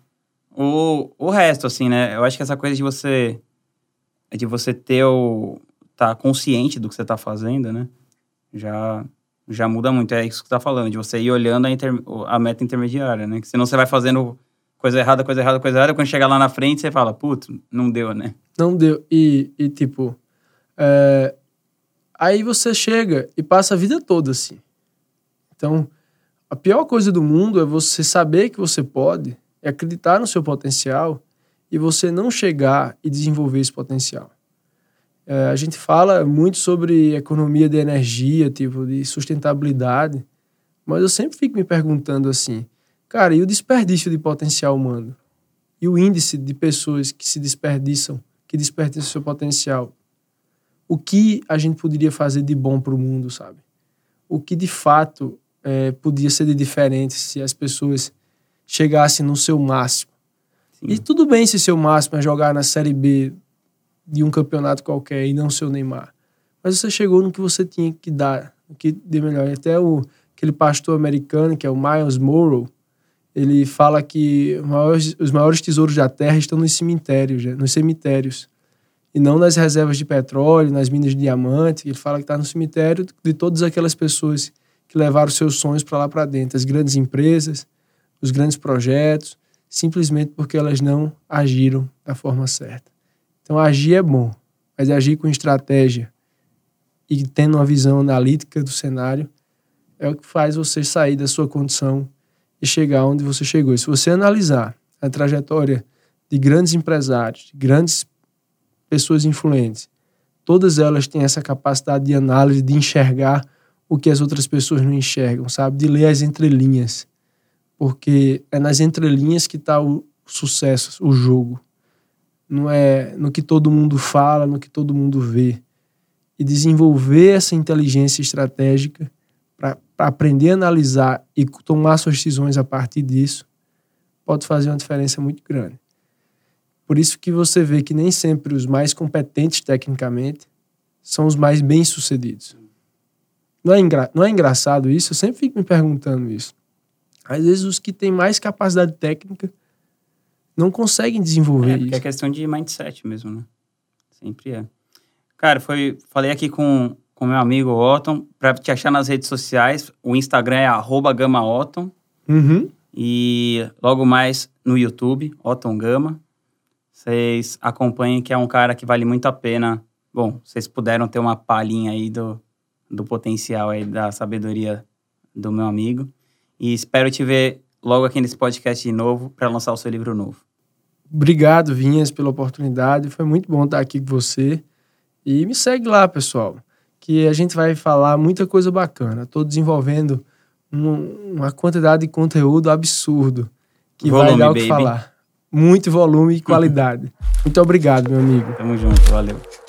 o, o resto, assim, né? Eu acho que essa coisa de você... de você ter o... tá consciente do que você tá fazendo, né? Já, já muda muito. É isso que você tá falando, de você ir olhando a, inter, a meta intermediária, né? Que senão você vai fazendo coisa errada, coisa errada, coisa errada. Quando chegar lá na frente, você fala, putz, não deu, né? Não deu. E, e tipo... É... Aí você chega e passa a vida toda assim. Então, a pior coisa do mundo é você saber que você pode, é acreditar no seu potencial e você não chegar e desenvolver esse potencial. É, a gente fala muito sobre economia de energia, tipo, de sustentabilidade, mas eu sempre fico me perguntando assim, cara, e o desperdício de potencial humano? E o índice de pessoas que se desperdiçam, que desperdiçam seu potencial? O que a gente poderia fazer de bom para o mundo, sabe? O que de fato é, podia ser de diferente se as pessoas chegassem no seu máximo? Sim. E tudo bem se seu máximo é jogar na Série B de um campeonato qualquer e não ser o Neymar. Mas você chegou no que você tinha que dar, o que de melhor. E até o, aquele pastor americano, que é o Miles Monroe, ele fala que os maiores, os maiores tesouros da terra estão nos cemitérios, né? Nos cemitérios. E não nas reservas de petróleo, nas minas de diamante. Ele fala que está no cemitério de todas aquelas pessoas que levaram seus sonhos para lá para dentro. As grandes empresas, os grandes projetos, simplesmente porque elas não agiram da forma certa. Então, agir é bom, mas agir com estratégia e tendo uma visão analítica do cenário é o que faz você sair da sua condição e chegar onde você chegou. E se você analisar a trajetória de grandes empresários, de grandes pessoas influentes, todas elas têm essa capacidade de análise, de enxergar o que as outras pessoas não enxergam, sabe? De ler as entrelinhas. Porque é nas entrelinhas que está o sucesso, o jogo. Não é no que todo mundo fala, no que todo mundo vê. E desenvolver essa inteligência estratégica para aprender a analisar e tomar suas decisões a partir disso pode fazer uma diferença muito grande. Por isso que você vê que nem sempre os mais competentes tecnicamente são os mais bem-sucedidos. Não é, engra... não é engraçado isso? Eu sempre fico me perguntando isso. Às vezes os que têm mais capacidade técnica não conseguem desenvolver é, porque isso. É questão de mindset mesmo, né? Sempre é. Cara, foi, falei aqui com o meu amigo Otton, para te achar nas redes sociais, o Instagram é arroba gamaotton, uhum. E logo mais no YouTube, Otton Gama. Vocês acompanhem, que é um cara que vale muito a pena. Bom, vocês puderam ter uma palhinha aí do, do potencial aí, da sabedoria do meu amigo. E espero te ver logo aqui nesse podcast de novo para lançar o seu livro novo. Obrigado, Vinhas, pela oportunidade. Foi muito bom estar aqui com você. E me segue lá, pessoal, que a gente vai falar muita coisa bacana. Estou desenvolvendo um, uma quantidade de conteúdo absurdo que volume, vai dar o que baby. falar. Muito volume e qualidade. Muito obrigado, meu amigo. Tamo junto, valeu.